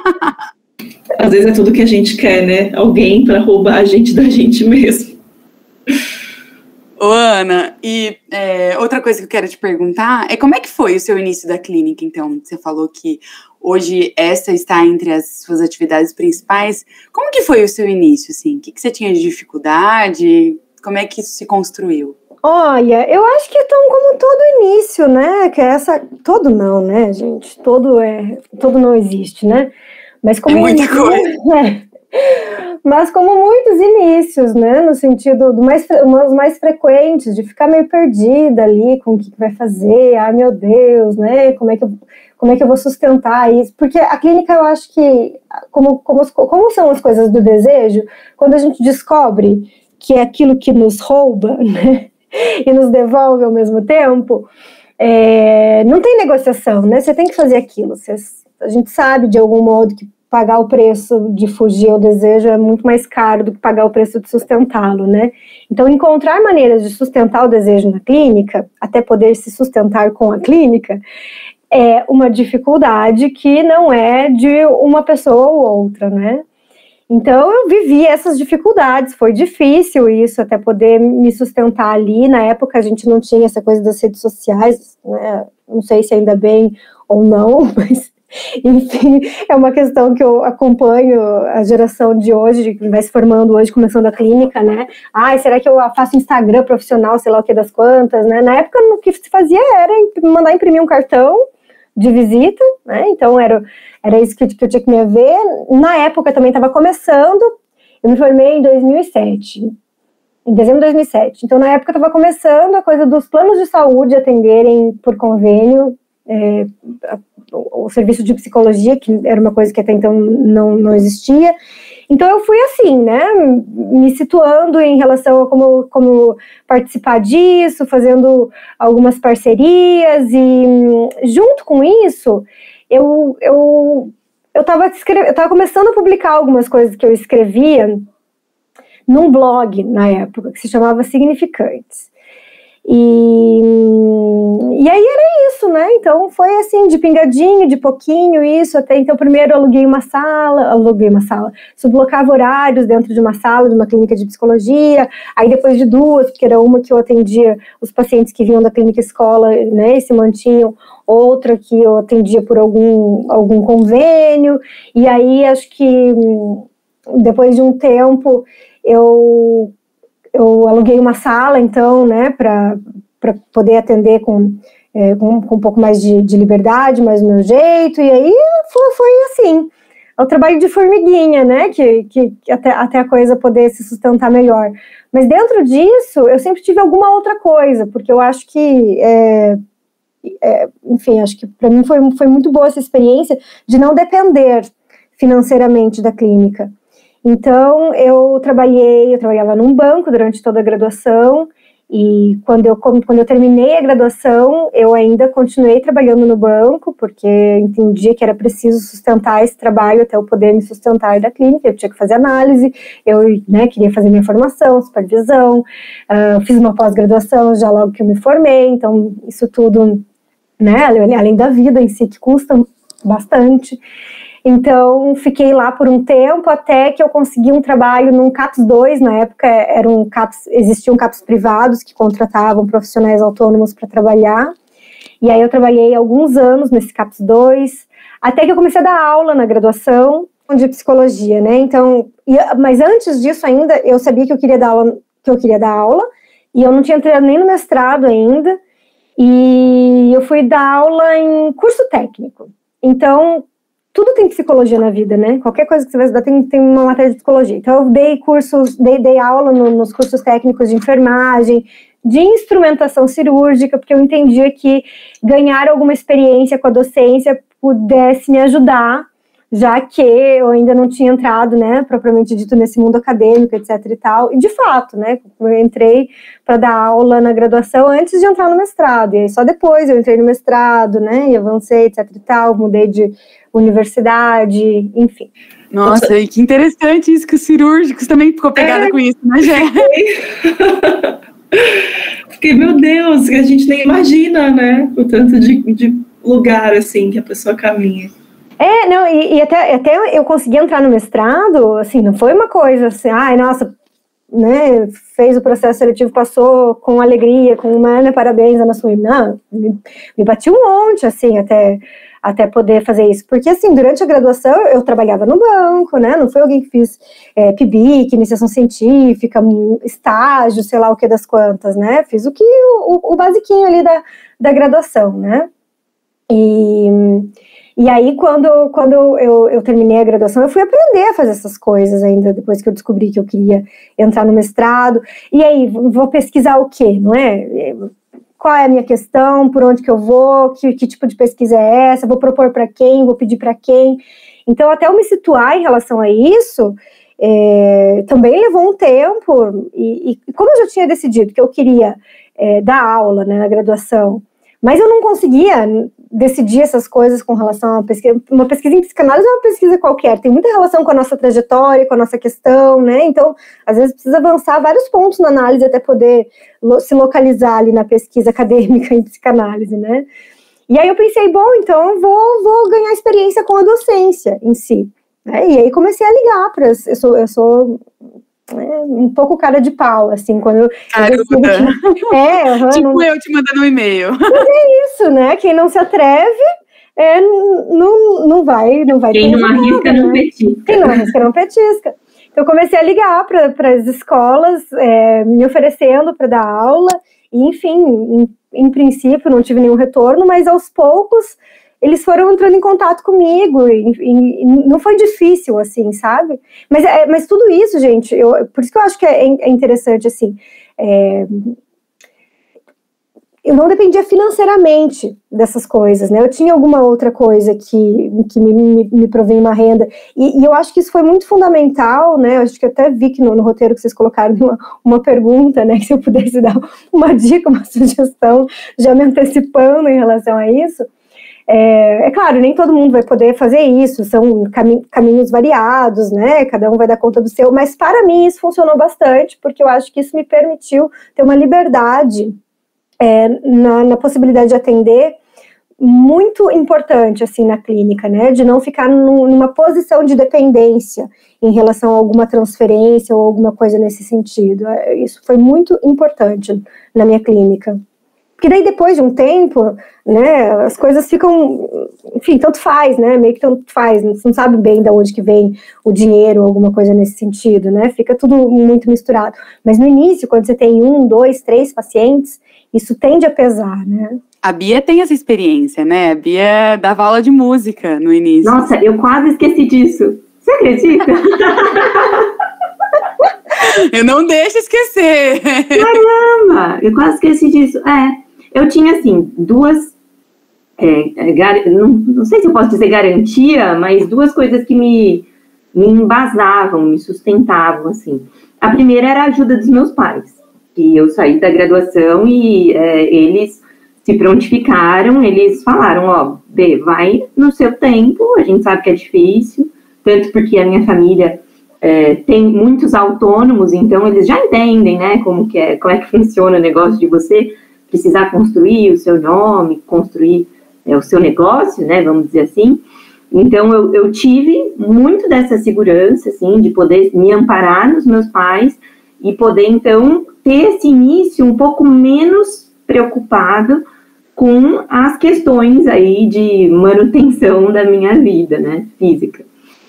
Às vezes é tudo que a gente quer, né? Alguém para roubar a gente da gente mesmo. Ô, Ana, e outra coisa que eu quero te perguntar é como é que foi o seu início da clínica, então? Você falou que hoje essa está entre as suas atividades principais. Como que foi o seu início, assim? O que você tinha de dificuldade? Como é que isso se construiu? Olha, eu acho que é tão como todo início, né? Que é essa... Todo não, né, gente? Todo não existe, né? Mas como muita coisa. Mas como muitos inícios, né, no sentido dos mais frequentes, de ficar meio perdida ali com o que vai fazer, ai meu Deus, né, como é que eu vou sustentar isso? Porque a clínica, eu acho que, como são as coisas do desejo, quando a gente descobre que é aquilo que nos rouba, né, e nos devolve ao mesmo tempo, não tem negociação, né, você tem que fazer aquilo, a gente sabe de algum modo que pagar o preço de fugir ao desejo é muito mais caro do que pagar o preço de sustentá-lo, né? Então, encontrar maneiras de sustentar o desejo na clínica, até poder se sustentar com a clínica, é uma dificuldade que não é de uma pessoa ou outra, né? Então, eu vivi essas dificuldades, foi difícil isso, até poder me sustentar ali. Na época, a gente não tinha essa coisa das redes sociais, né? Não sei se ainda bem ou não, mas... Enfim, é uma questão que eu acompanho a geração de hoje, que vai se formando hoje, começando a clínica, né? Será que eu faço Instagram profissional, sei lá o que das quantas, né? Na época, o que se fazia era mandar imprimir um cartão de visita, né? Então, era isso que eu tinha que me ver. Na época, também estava começando, eu me formei em 2007, em dezembro de 2007. Então, na época, estava começando a coisa dos planos de saúde atenderem por convênio, o serviço de psicologia, que era uma coisa que até então não existia. Então eu fui assim, né, me situando em relação a como participar disso, fazendo algumas parcerias, e junto com isso, eu estava começando a publicar algumas coisas que eu escrevia num blog na época, que se chamava Significantes. E aí era isso, né? Então Então, foi assim, de pingadinho, de pouquinho, isso. Até então, primeiro aluguei uma sala, sublocava horários dentro de uma sala, de uma clínica de psicologia. Aí, depois de duas, porque era uma que eu atendia os pacientes que vinham da clínica escola, né, e se mantinham, outra que eu atendia por algum convênio. E aí, acho que depois de um tempo, eu aluguei uma sala, então, né, para poder atender com um pouco mais de liberdade, mais do meu jeito, e aí foi assim, é o trabalho de formiguinha, né, que até a coisa poder se sustentar melhor. Mas dentro disso, eu sempre tive alguma outra coisa, porque eu acho que, enfim, acho que para mim foi muito boa essa experiência de não depender financeiramente da clínica. Então, eu trabalhava num banco durante toda a graduação, e quando eu terminei a graduação, eu ainda continuei trabalhando no banco, porque entendi que era preciso sustentar esse trabalho até eu poder me sustentar da clínica. Eu tinha que fazer análise, eu, né, queria fazer minha formação, supervisão, fiz uma pós-graduação já logo que eu me formei, então isso tudo, né, além da vida em si, que custa bastante. Então, fiquei lá por um tempo até que eu consegui um trabalho num CAPS 2, na época existiam CAPS privados que contratavam profissionais autônomos para trabalhar, e aí eu trabalhei alguns anos nesse CAPS 2, até que eu comecei a dar aula na graduação de psicologia, né, então, mas antes disso ainda, eu sabia que eu queria dar aula, e eu não tinha entrado nem no mestrado ainda, e eu fui dar aula em curso técnico, então, tudo tem psicologia na vida, né? Qualquer coisa que você vai estudar tem uma matéria de psicologia. Então, eu dei aula nos cursos técnicos de enfermagem, de instrumentação cirúrgica, porque eu entendia que ganhar alguma experiência com a docência pudesse me ajudar, já que eu ainda não tinha entrado, né, propriamente dito, nesse mundo acadêmico, etc e tal. E, de fato, né, eu entrei para dar aula na graduação antes de entrar no mestrado. E aí, só depois eu entrei no mestrado, né, e avancei, etc e tal, mudei de universidade, enfim. Nossa, e que interessante isso, que os cirúrgicos também ficou pegada com isso, né, Jé? Porque, meu Deus, a gente nem imagina, né, o tanto de lugar, assim, que a pessoa caminha. Não, e até eu consegui entrar no mestrado, assim, não foi uma coisa assim, ai, nossa, né, fez o processo seletivo, passou com alegria, com uma, parabéns, Ana Suína. Não, me bati um monte, assim, até poder fazer isso, porque, assim, durante a graduação eu trabalhava no banco, né, não foi alguém que fiz PIBIC, iniciação científica, estágio, sei lá o que das quantas, né, fiz o basiquinho ali da graduação, né, e aí, quando eu terminei a graduação, eu fui aprender a fazer essas coisas ainda, depois que eu descobri que eu queria entrar no mestrado. E aí, vou pesquisar o quê, não é? Qual é a minha questão, por onde que eu vou, que tipo de pesquisa é essa, vou propor para quem, vou pedir para quem. Então, até eu me situar em relação a isso, também levou um tempo. E como eu já tinha decidido que eu queria dar aula, né, na graduação, mas eu não conseguia decidir essas coisas com relação a uma pesquisa em psicanálise é uma pesquisa qualquer, tem muita relação com a nossa trajetória, com a nossa questão, né, então, às vezes precisa avançar vários pontos na análise até poder se localizar ali na pesquisa acadêmica em psicanálise, né, e aí eu pensei, bom, então vou ganhar experiência com a docência em si, né? E aí comecei a ligar para, eu sou um pouco cara de pau, assim, quando eu tipo eu te mandando um e-mail. Mas é isso, né? Quem não se atreve não vai. Quem não arrisca, não petisca. Quem não arrisca, não petisca. Então, eu comecei a ligar para as escolas, me oferecendo para dar aula, e, enfim, em princípio, não tive nenhum retorno, mas aos poucos eles foram entrando em contato comigo, e não foi difícil, assim, sabe? Mas tudo isso, gente, por isso que eu acho que é interessante, assim, eu não dependia financeiramente dessas coisas, né? Eu tinha alguma outra coisa que me provém uma renda, e eu acho que isso foi muito fundamental, né? Eu acho que eu até vi que no roteiro que vocês colocaram uma pergunta, né? Que se eu pudesse dar uma dica, uma sugestão, já me antecipando em relação a isso. Claro, nem todo mundo vai poder fazer isso, são caminhos variados, né, cada um vai dar conta do seu, mas para mim isso funcionou bastante, porque eu acho que isso me permitiu ter uma liberdade na possibilidade de atender muito importante, assim, na clínica, né, de não ficar numa posição de dependência em relação a alguma transferência ou alguma coisa nesse sentido. Isso foi muito importante na minha clínica. Porque daí, depois de um tempo, né, as coisas ficam, enfim, tanto faz, né, meio que tanto faz, você não sabe bem de onde que vem o dinheiro ou alguma coisa nesse sentido, né, fica tudo muito misturado. Mas no início, quando você tem 1, 2, 3 pacientes, isso tende a pesar, né. A Bia tem essa experiência, né, a Bia dava aula de música no início. Nossa, eu quase esqueci disso. Você acredita? Eu não deixo esquecer. Caramba, eu quase esqueci disso. Eu tinha, assim, duas, não sei se eu posso dizer garantia, mas duas coisas que me embasavam, me sustentavam, assim. A primeira era a ajuda dos meus pais, que eu saí da graduação e eles se prontificaram, eles falaram, ó, Bê, vai no seu tempo, a gente sabe que é difícil, tanto porque a minha família tem muitos autônomos, então eles já entendem, né, como é que funciona o negócio de você precisar construir o seu nome, construir o seu negócio, né, vamos dizer assim. Então, eu tive muito dessa segurança, assim, de poder me amparar nos meus pais e poder, então, ter esse início um pouco menos preocupado com as questões aí de manutenção da minha vida, né, física.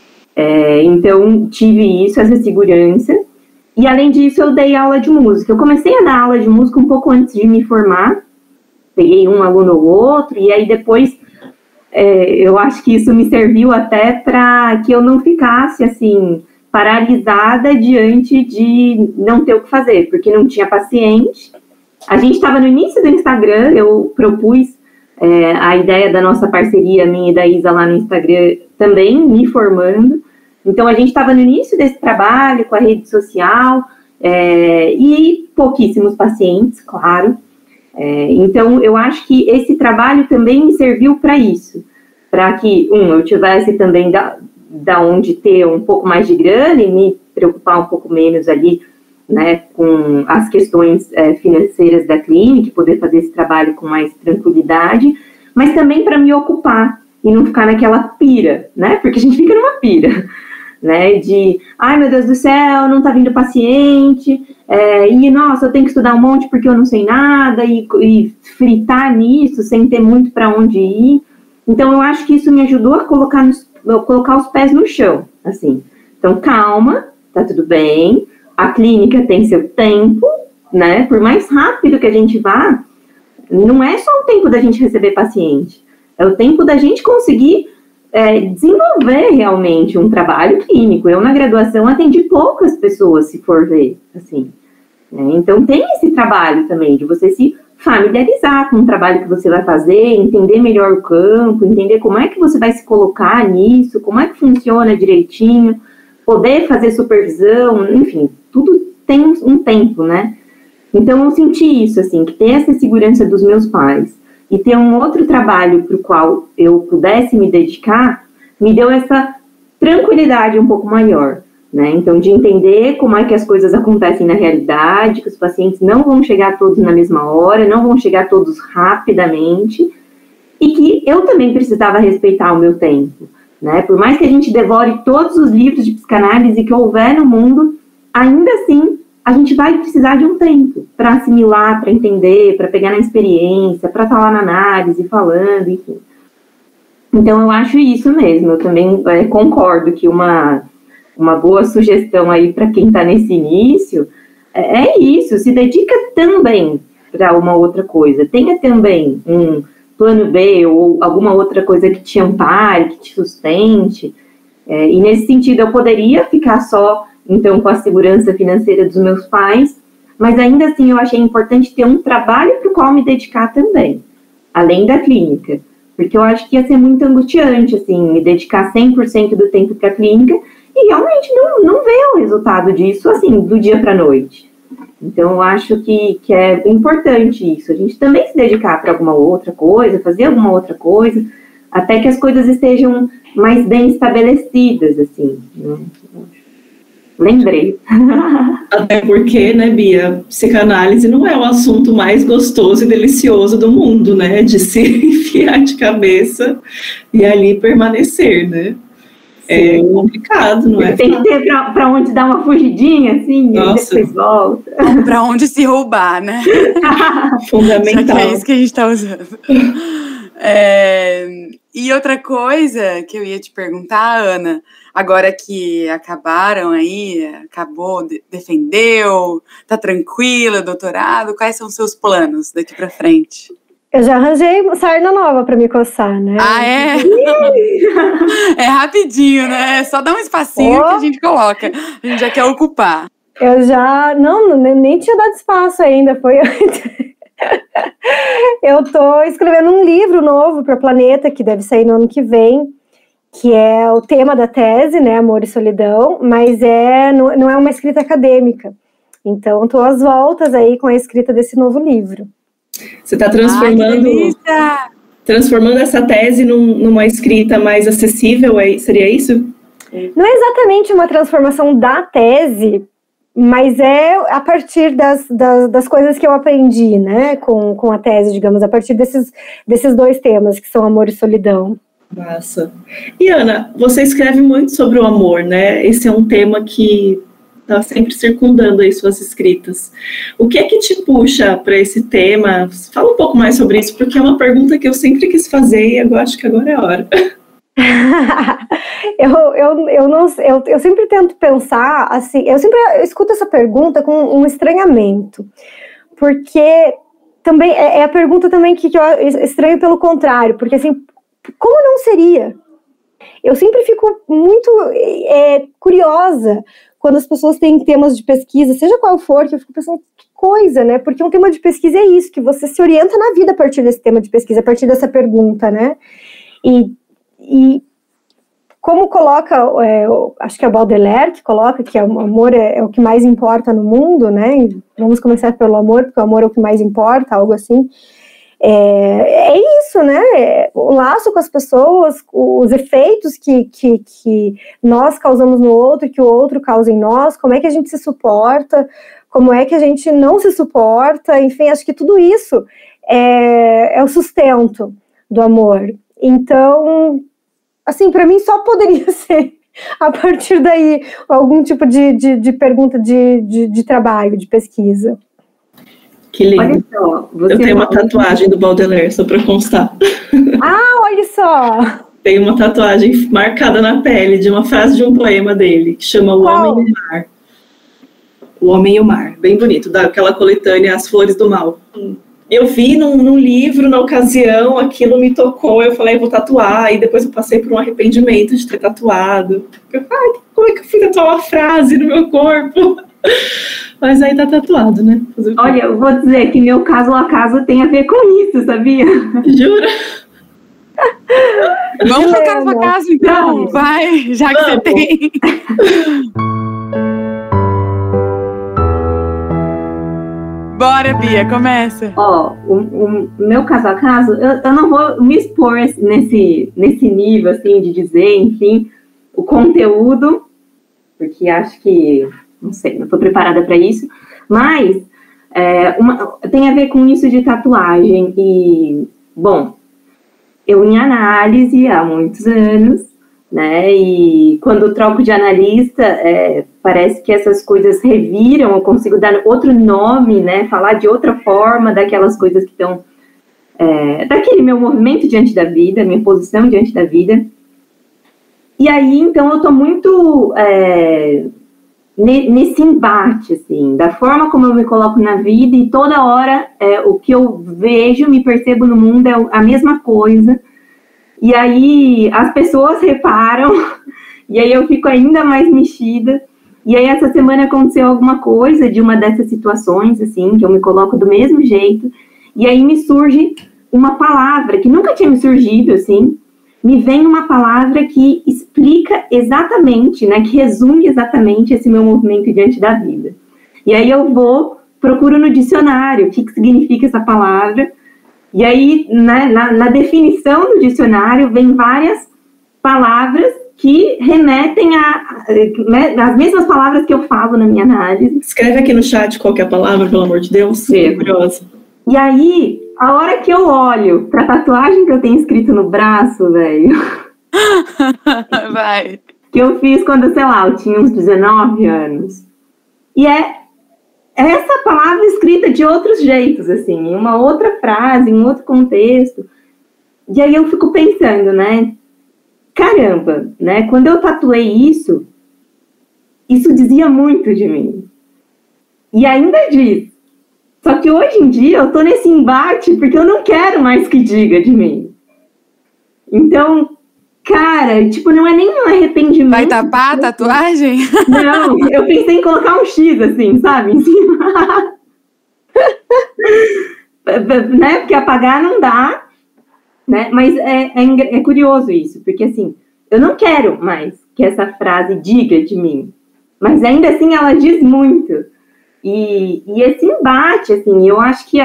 Então, tive isso, essa segurança. E, além disso, eu dei aula de música. Eu comecei a dar aula de música um pouco antes de me formar. Peguei um aluno ou outro, e aí depois eu acho que isso me serviu até para que eu não ficasse, assim, paralisada diante de não ter o que fazer, porque não tinha paciente. A gente estava no início do Instagram, eu propus a ideia da nossa parceria, minha e da Isa, lá no Instagram, também me formando. Então, a gente estava no início desse trabalho com a rede social e pouquíssimos pacientes, claro. Então, eu acho que esse trabalho também me serviu para isso, para que, eu tivesse também da onde ter um pouco mais de grana e me preocupar um pouco menos ali, né, com as questões financeiras da clínica, poder fazer esse trabalho com mais tranquilidade, mas também para me ocupar e não ficar naquela pira, né, porque a gente fica numa pira, né, de, ai meu Deus do céu, não tá vindo paciente, e nossa, eu tenho que estudar um monte porque eu não sei nada, e fritar nisso sem ter muito para onde ir. Então eu acho que isso me ajudou a colocar os pés no chão, assim. Então calma, tá tudo bem, a clínica tem seu tempo, né, por mais rápido que a gente vá, não é só o tempo da gente receber paciente, é o tempo da gente conseguir desenvolver realmente um trabalho clínico. Eu, na graduação, atendi poucas pessoas, se for ver, assim. Então, tem esse trabalho também, de você se familiarizar com o trabalho que você vai fazer, entender melhor o campo, entender como é que você vai se colocar nisso, como é que funciona direitinho, poder fazer supervisão, enfim, tudo tem um tempo, né? Então, eu senti isso, assim, que ter essa segurança dos meus pais e ter um outro trabalho para o qual eu pudesse me dedicar, me deu essa tranquilidade um pouco maior, né? Então, de entender como é que as coisas acontecem na realidade, que os pacientes não vão chegar todos na mesma hora, não vão chegar todos rapidamente, e que eu também precisava respeitar o meu tempo, né? Por mais que a gente devore todos os livros de psicanálise que houver no mundo, ainda assim, a gente vai precisar de um tempo para assimilar, para entender, para pegar na experiência, para estar lá na análise, falando, enfim. Então, eu acho isso mesmo. Eu também concordo que uma boa sugestão aí para quem está nesse início é isso, se dedica também para uma outra coisa. Tenha também um plano B ou alguma outra coisa que te ampare, que te sustente. E nesse sentido, eu poderia ficar só então com a segurança financeira dos meus pais, mas ainda assim eu achei importante ter um trabalho para o qual me dedicar também, além da clínica, porque eu acho que ia ser muito angustiante, assim, me dedicar 100% do tempo para a clínica e realmente não ver o resultado disso, assim, do dia para a noite. Então eu acho que é importante isso, a gente também se dedicar para alguma outra coisa, fazer alguma outra coisa, até que as coisas estejam mais bem estabelecidas, assim, né? Lembrei. Até porque, né, Bia, psicanálise não é o assunto mais gostoso e delicioso do mundo, né, de se enfiar de cabeça e ali permanecer, né? É complicado, não é? Tem que ter para onde dar uma fugidinha, assim, e depois volta. Para onde se roubar, né? Fundamental. Já que é isso que a gente está usando. E outra coisa que eu ia te perguntar, Ana, agora que acabou, defendeu, tá tranquila, doutorado, quais são os seus planos daqui para frente? Eu já arranjei sarna nova para me coçar, né? Ah, é? É rapidinho, né? É só dá um espacinho que a gente coloca. A gente já quer ocupar. Eu já... Não, nem tinha dado espaço ainda. Eu tô escrevendo um livro novo para o Planeta, que deve sair no ano que vem, que é o tema da tese, né? Amor e Solidão, mas não é uma escrita acadêmica. Então, estou às voltas aí com a escrita desse novo livro. Você está transformando essa tese numa escrita mais acessível, seria isso? Não é exatamente uma transformação da tese, mas é a partir das coisas que eu aprendi, né, com a tese, digamos, a partir desses dois temas, que são amor e solidão. Massa. E Ana, você escreve muito sobre o amor, né? Esse é um tema que está sempre circundando aí suas escritas. O que é que te puxa para esse tema? Fala um pouco mais sobre isso, porque é uma pergunta que eu sempre quis fazer e eu acho que agora é a hora. Eu sempre tento pensar assim, eu escuto essa pergunta com um estranhamento, porque também é a pergunta também que eu estranho pelo contrário, porque assim, como não seria? Eu sempre fico muito curiosa quando as pessoas têm temas de pesquisa, seja qual for, que eu fico pensando, que coisa, né? Porque um tema de pesquisa é isso, que você se orienta na vida a partir desse tema de pesquisa, a partir dessa pergunta, né? E como coloca, acho que é o Baudelaire que coloca que o amor é o que mais importa no mundo, né? E vamos começar pelo amor, porque o amor é o que mais importa, algo assim. É isso, né? O laço com as pessoas, os efeitos que nós causamos no outro, que o outro causa em nós, como é que a gente se suporta, como é que a gente não se suporta, enfim, acho que tudo isso é o sustento do amor. Então, assim, para mim só poderia ser, a partir daí, algum tipo de pergunta de trabalho, de pesquisa. Que lindo. Olha só, eu tenho uma tatuagem do Baudelaire, só para constar. Ah, olha só! Tem uma tatuagem marcada na pele de uma frase de um poema dele, que chama O Homem e o Mar. O Homem e o Mar, bem bonito, daquela coletânea As Flores do Mal. Eu vi num livro, na ocasião, aquilo me tocou, eu falei, vou tatuar, e depois eu passei por um arrependimento de ter tatuado. Como é que eu fui tatuar uma frase no meu corpo? Mas aí tá tatuado, né? Olha, eu vou dizer que meu caso a caso tem a ver com isso, sabia? Jura? Vamos pro caso a caso, então. Vai, já que você tem. Bora, Bia, começa. Ó, o meu caso a caso, eu não vou me expor nesse nível, assim, de dizer, enfim, o conteúdo, porque acho que... não sei, não estou preparada para isso, mas tem a ver com isso de tatuagem. E, bom, eu em análise há muitos anos, né, e quando troco de analista, parece que essas coisas reviram, eu consigo dar outro nome, né, falar de outra forma daquelas coisas que estão, daquele meu movimento diante da vida, minha posição diante da vida. E aí, então, eu estou muito... nesse embate, assim, da forma como eu me coloco na vida, e toda hora o que eu vejo, me percebo no mundo é a mesma coisa, e aí as pessoas reparam, e aí eu fico ainda mais mexida, e aí essa semana aconteceu alguma coisa de uma dessas situações, assim, que eu me coloco do mesmo jeito, e aí me surge uma palavra que nunca tinha me surgido, assim, me vem uma palavra que explica exatamente, né, que resume exatamente esse meu movimento diante da vida. E aí eu procuro no dicionário o que significa essa palavra, e aí na definição do dicionário vem várias palavras que remetem às mesmas palavras que eu falo na minha análise. Escreve aqui no chat qual que é a palavra, pelo amor de Deus, Estou curiosa. E aí, a hora que eu olho pra tatuagem que eu tenho escrito no braço, velho. Vai. Que eu fiz quando, sei lá, eu tinha uns 19 anos. E é essa palavra escrita de outros jeitos, assim, em uma outra frase, em outro contexto. E aí eu fico pensando, né? Caramba, né? Quando eu tatuei isso dizia muito de mim. E ainda diz. Só que hoje em dia eu tô nesse embate porque eu não quero mais que diga de mim. Então, cara, tipo, não é nem um arrependimento. Vai tapar a tatuagem? Não, eu pensei em colocar um X, assim, sabe? Em cima. Né? Porque apagar não dá, né? Mas é curioso isso, porque assim, eu não quero mais que essa frase diga de mim, mas ainda assim ela diz muito. E esse embate, assim, eu acho que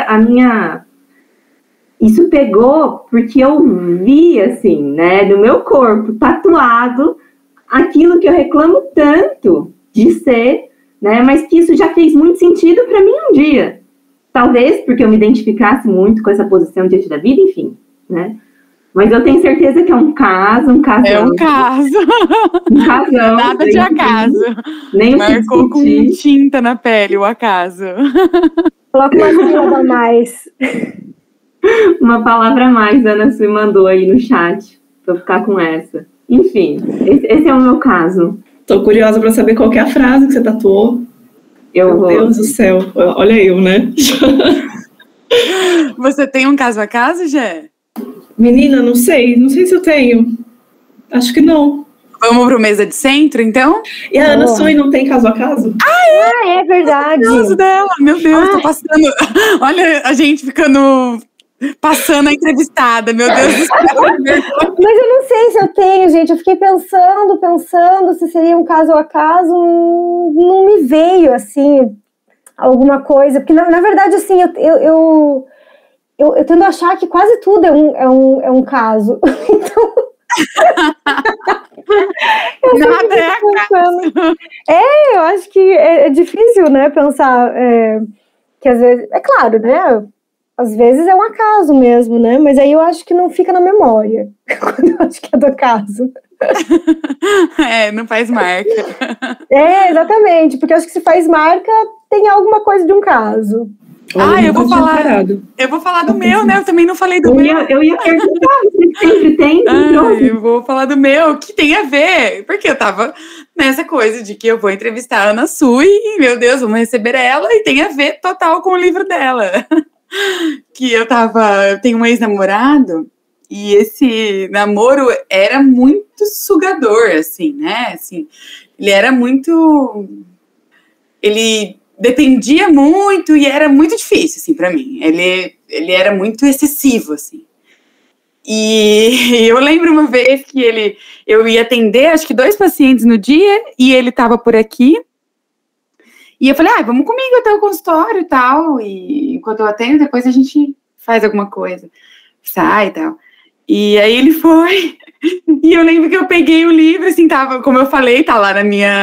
isso pegou porque eu vi, assim, né, no meu corpo, tatuado, aquilo que eu reclamo tanto de ser, né, mas que isso já fez muito sentido para mim um dia. Talvez porque eu me identificasse muito com essa posição diante da vida, enfim, né. Mas eu tenho certeza que é um caso. É um caso. Um casão. Nada de acaso. Nem marcou com tinta na pele o acaso. Coloca uma sílaba a mais. Uma palavra a mais, a Ana Sui mandou aí no chat. Vou ficar com essa. Enfim, esse é o meu caso. Tô curiosa pra saber qual que é a frase que você tatuou. Meu Deus do céu. Olha eu, né? Você tem um caso a caso, Gé? Menina, não sei se eu tenho. Acho que não. Vamos pro Mesa de Centro, então? E a Ana Sui não tem caso a caso? É verdade. O caso dela, meu Deus, tô passando. Olha a gente passando a entrevistada, meu Deus do céu. Mas eu não sei se eu tenho, gente. Eu fiquei pensando se seria um caso a caso. Não me veio, assim, alguma coisa. Porque, na verdade, assim, eu tendo a achar que quase tudo é um caso. Então. Nada é acaso. Eu acho que é difícil, né? Pensar que às vezes. É claro, né? Às vezes é um acaso mesmo, né? Mas aí eu acho que não fica na memória. Quando eu acho que é do acaso. Não faz marca. Exatamente. Porque eu acho que se faz marca, tem alguma coisa de um caso. Eu vou falar do meu, né? Eu também não falei do meu. Eu ia perguntar, você sempre tem. Eu vou falar do meu, que tem a ver, porque eu tava nessa coisa de que eu vou entrevistar a Ana Sui, e, meu Deus, vamos receber ela, e tem a ver total com o livro dela. Que eu tenho um ex-namorado, e esse namoro era muito sugador, assim, né? Assim, ele era muito... Ele dependia muito e era muito difícil, assim, pra mim. Ele era muito excessivo, assim. E eu lembro uma vez que eu ia atender, acho que 2 pacientes no dia, e ele tava por aqui. E eu falei, vamos comigo até o consultório e tal. E enquanto eu atendo, depois a gente faz alguma coisa. Sai e tal. E aí ele foi. E eu lembro que eu peguei o livro, assim, tava, como eu falei, tá lá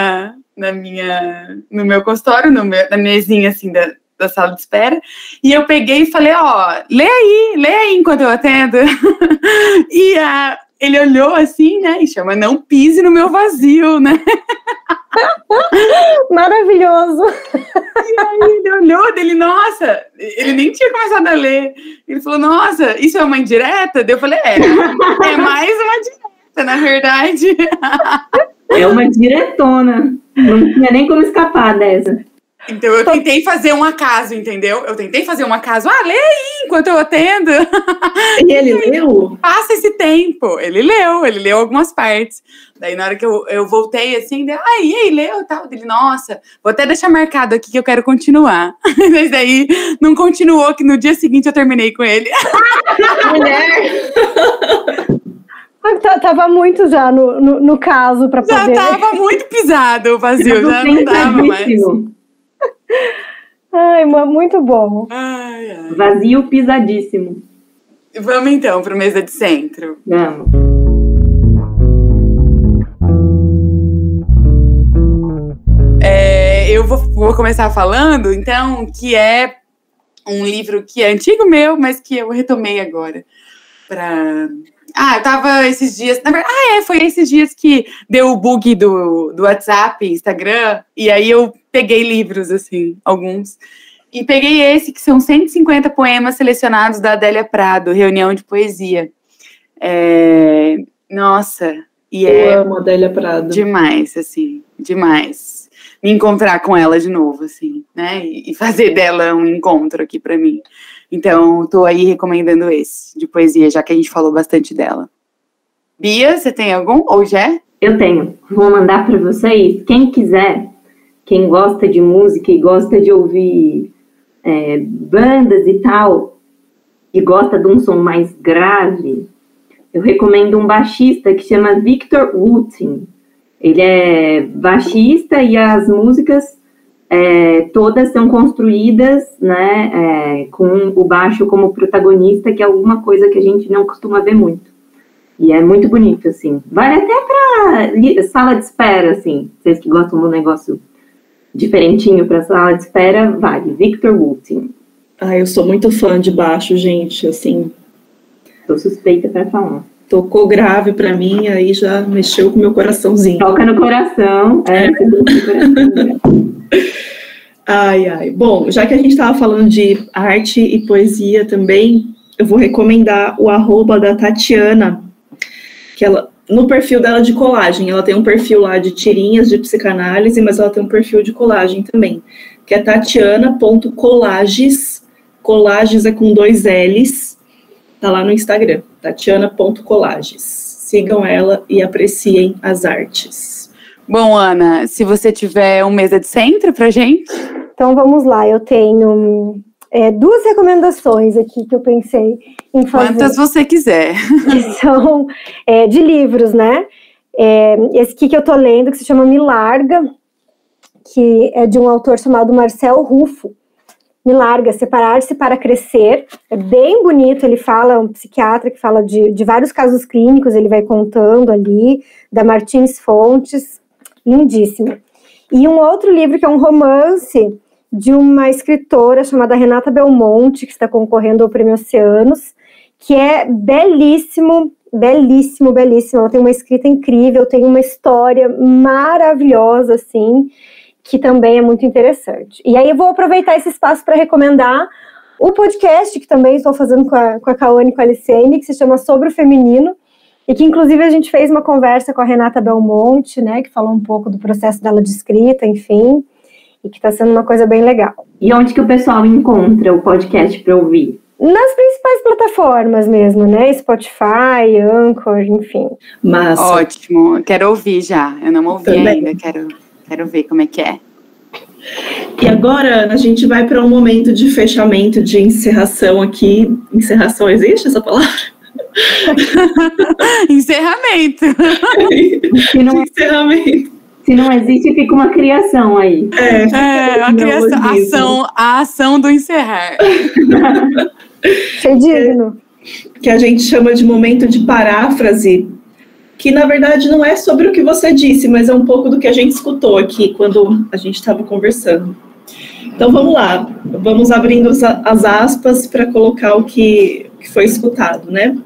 no meu consultório, na mesinha, assim, da sala de espera, e eu peguei e falei, lê aí enquanto eu atendo. E ele olhou assim, né, e chama Não Pise no Meu Vazio, né. Maravilhoso. E aí ele olhou dele, nossa, ele nem tinha começado a ler. Ele falou, nossa, isso é uma indireta? Eu falei, é mais uma direta, na verdade. É uma diretona. Não tinha nem como escapar dessa. Então eu tentei fazer um acaso, entendeu? Eu tentei fazer um acaso. Lê aí enquanto eu atendo. E ele leu? Passa esse tempo. Ele leu algumas partes. Daí na hora que eu voltei assim, e aí, leu e tal. Ele, nossa, vou até deixar marcado aqui que eu quero continuar. Mas daí não continuou, que no dia seguinte eu terminei com ele. Mulher! Tava muito já no caso para poder. Já tava muito pisado o vazio, já não dava mais. Ai, muito bom. Ai. Vazio pisadíssimo. Vamos então pro Mesa de Centro. Vamos. Eu vou começar falando, então, que um livro que é antigo meu, mas que eu retomei agora. Eu tava esses dias... Na verdade, foi esses dias que deu o bug do WhatsApp, Instagram, e aí eu peguei livros, assim, alguns. E peguei esse, que são 150 poemas selecionados da Adélia Prado, Reunião de Poesia. Nossa, e eu amo a Adélia Prado. Demais, assim, demais. Me encontrar com ela de novo, assim, né? E fazer dela um encontro aqui pra mim. Então, tô aí recomendando esse, de poesia, já que a gente falou bastante dela. Bia, você tem algum? Ou Jé? Eu tenho. Vou mandar para vocês. Quem quiser, quem gosta de música e gosta de ouvir bandas e tal, e gosta de um som mais grave, eu recomendo um baixista que chama Victor Wooten. Ele é baixista e as músicas todas são construídas, né, com o baixo como protagonista, que é alguma coisa que a gente não costuma ver muito. E é muito bonito, assim. Vale até para sala de espera, assim. Vocês que gostam do negócio diferentinho para sala de espera, vale. Victor Wooten. Eu sou muito fã de baixo, gente, assim. Tô suspeita para falar. Tocou grave para mim, aí já mexeu com o meu coraçãozinho. Toca no coração. Bom, já que a gente estava falando de arte e poesia também, eu vou recomendar o @ da Tatiana, que ela, no perfil dela de colagem, ela tem um perfil lá de tirinhas de psicanálise, mas ela tem um perfil de colagem também, que é tatiana.collages, collages é com 2 L's, tá lá no Instagram, tatiana.collages. Sigam ela e apreciem as artes. Bom, Ana, se você tiver um mesa de centro pra gente. Então vamos lá, eu tenho 2 recomendações aqui que eu pensei em fazer. Quantas você quiser. Que são de livros, né? Esse aqui que eu tô lendo, que se chama Me Larga, que é de um autor chamado Marcel Ruffo. Me Larga, Separar-se para Crescer. É bem bonito, ele fala, é um psiquiatra que fala de vários casos clínicos, ele vai contando ali, da Martins Fontes, lindíssimo. E um outro livro que é um romance de uma escritora chamada Renata Belmonte, que está concorrendo ao Prêmio Oceanos, que é belíssimo, belíssimo, belíssimo. Ela tem uma escrita incrível, tem uma história maravilhosa, assim, que também é muito interessante. E aí eu vou aproveitar esse espaço para recomendar o podcast que também estou fazendo com a Cauane e com a Alicene, que se chama Sobre o Feminino, e que inclusive a gente fez uma conversa com a Renata Belmonte, né, que falou um pouco do processo dela de escrita, enfim, e que está sendo uma coisa bem legal. E onde que o pessoal encontra o podcast para ouvir? Nas principais plataformas mesmo, né, Spotify, Anchor, enfim. Massa. Ótimo, quero ouvir já, eu não ouvi também. ainda, quero ver como é que é. E agora, Ana, a gente vai para um momento de fechamento, de encerração aqui. Encerração, existe essa palavra? Encerramento. Encerramento. Se não existe, fica uma criação aí. Uma criação, a ação do encerrar. Achei digno. Que a gente chama de momento de paráfrase, que na verdade não é sobre o que você disse, mas é um pouco do que a gente escutou aqui quando a gente estava conversando. Então vamos lá, vamos abrindo as aspas para colocar o que foi escutado, né?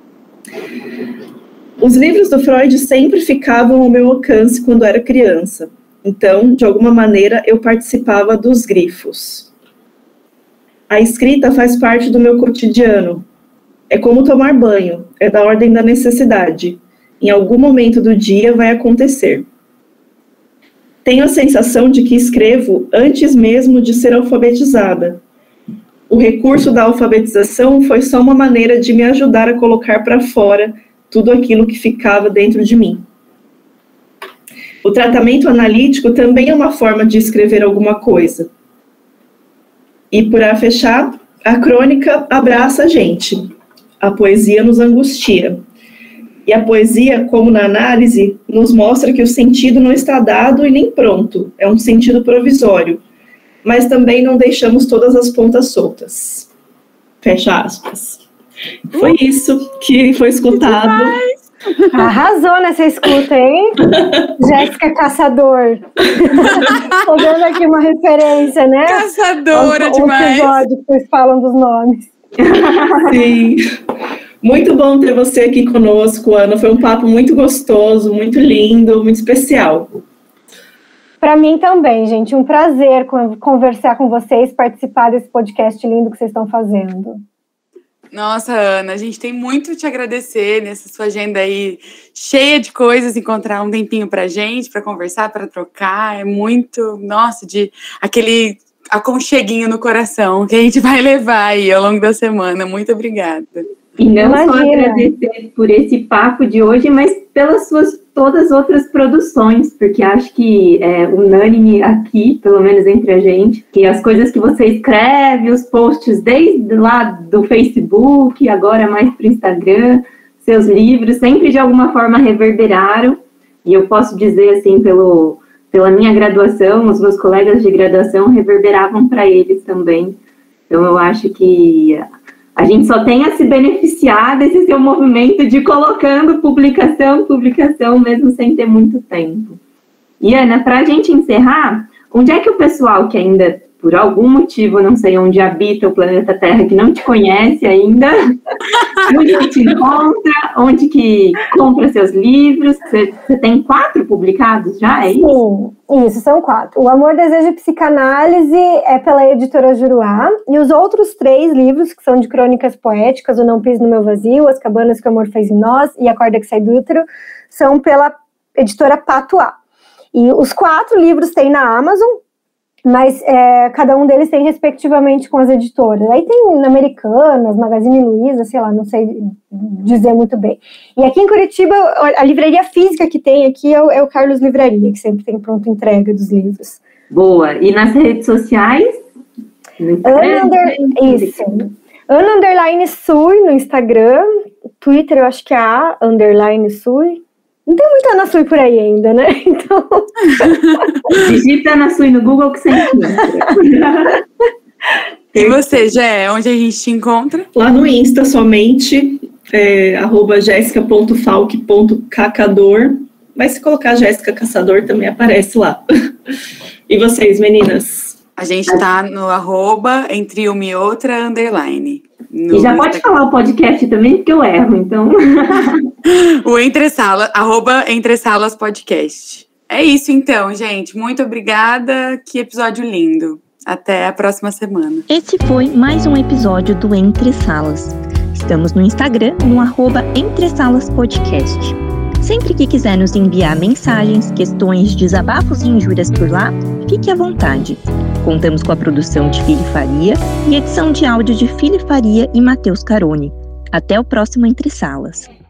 Os livros do Freud sempre ficavam ao meu alcance quando era criança. Então, de alguma maneira, eu participava dos grifos. A escrita faz parte do meu cotidiano. É como tomar banho, é da ordem da necessidade. Em algum momento do dia vai acontecer. Tenho a sensação de que escrevo antes mesmo de ser alfabetizada. O recurso da alfabetização foi só uma maneira de me ajudar a colocar para fora tudo aquilo que ficava dentro de mim. O tratamento analítico também é uma forma de escrever alguma coisa. E, para fechar, a crônica abraça a gente. A poesia nos angustia. E a poesia, como na análise, nos mostra que o sentido não está dado e nem pronto. É um sentido provisório. Mas também não deixamos todas as pontas soltas. Fecha aspas. Foi isso que foi escutado Arrasou nessa escuta, hein? Jéssica Caçador. Tô dando aqui uma referência, né? Caçadora demais. Episódio que vocês falam dos nomes. Sim. Muito bom ter você aqui conosco, Ana. Foi um papo muito gostoso, muito lindo, muito especial. Para mim também, gente. Um prazer conversar com vocês, participar desse podcast lindo que vocês estão fazendo. Nossa, Ana, a gente tem muito a te agradecer nessa sua agenda aí cheia de coisas, encontrar um tempinho pra gente, para conversar, para trocar. É muito, nossa, de aquele aconcheguinho no coração que a gente vai levar aí ao longo da semana. Muito obrigada. E não só agradecer por esse papo de hoje, mas pelas suas todas as outras produções, porque acho que é unânime aqui, pelo menos entre a gente, que as coisas que você escreve, os posts desde lá do Facebook, agora mais para o Instagram, seus livros, sempre de alguma forma reverberaram, e eu posso dizer assim, pela minha graduação, os meus colegas de graduação reverberavam para eles também. Então eu acho que a gente só tem a se beneficiar desse seu movimento de colocando publicação, mesmo sem ter muito tempo. E, Ana, para a gente encerrar, onde é que o pessoal que ainda, por algum motivo, não sei onde habita o planeta Terra, que não te conhece ainda, onde que te encontra, onde que compra seus livros? Você tem 4 publicados já, é isso? Sim, isso, são 4. O Amor, Desejo e Psicanálise é pela editora Juruá, e os outros 3 livros, que são de crônicas poéticas, O Não Pise no Meu Vazio, As Cabanas que o Amor Fez em Nós e A Corda que Sai do Útero, são pela editora Patuá. E os 4 livros tem na Amazon, mas cada um deles tem respectivamente com as editoras. Aí tem na Americanas, Magazine Luiza, sei lá, não sei dizer muito bem. E aqui em Curitiba, a livraria física que tem aqui é o Carlos Livraria, que sempre tem pronta entrega dos livros. Boa. E nas redes sociais? Ana_Sui no Instagram, Twitter eu acho que é _Sui. Não tem muita Ana Sui por aí ainda, né? Então... Digita Ana Sui no Google que você encontra. E você, Jé, onde a gente te encontra? Lá no Insta somente, @jessica.falk.cacador. Mas se colocar Jéssica Caçador também aparece lá. E vocês, meninas? A gente tá no @entre uma e outra _. E já pode falar o podcast também, porque eu erro, então... O Entre Salas, @Entre Salas Podcast. É isso então, gente. Muito obrigada. Que episódio lindo. Até a próxima semana. Esse foi mais um episódio do Entre Salas. Estamos no Instagram, no @Entre Salas Podcast. Sempre que quiser nos enviar mensagens, questões, desabafos e injúrias por lá, fique à vontade. Contamos com a produção de Fili Faria e edição de áudio de Fili Faria e Matheus Caroni. Até o próximo Entre Salas.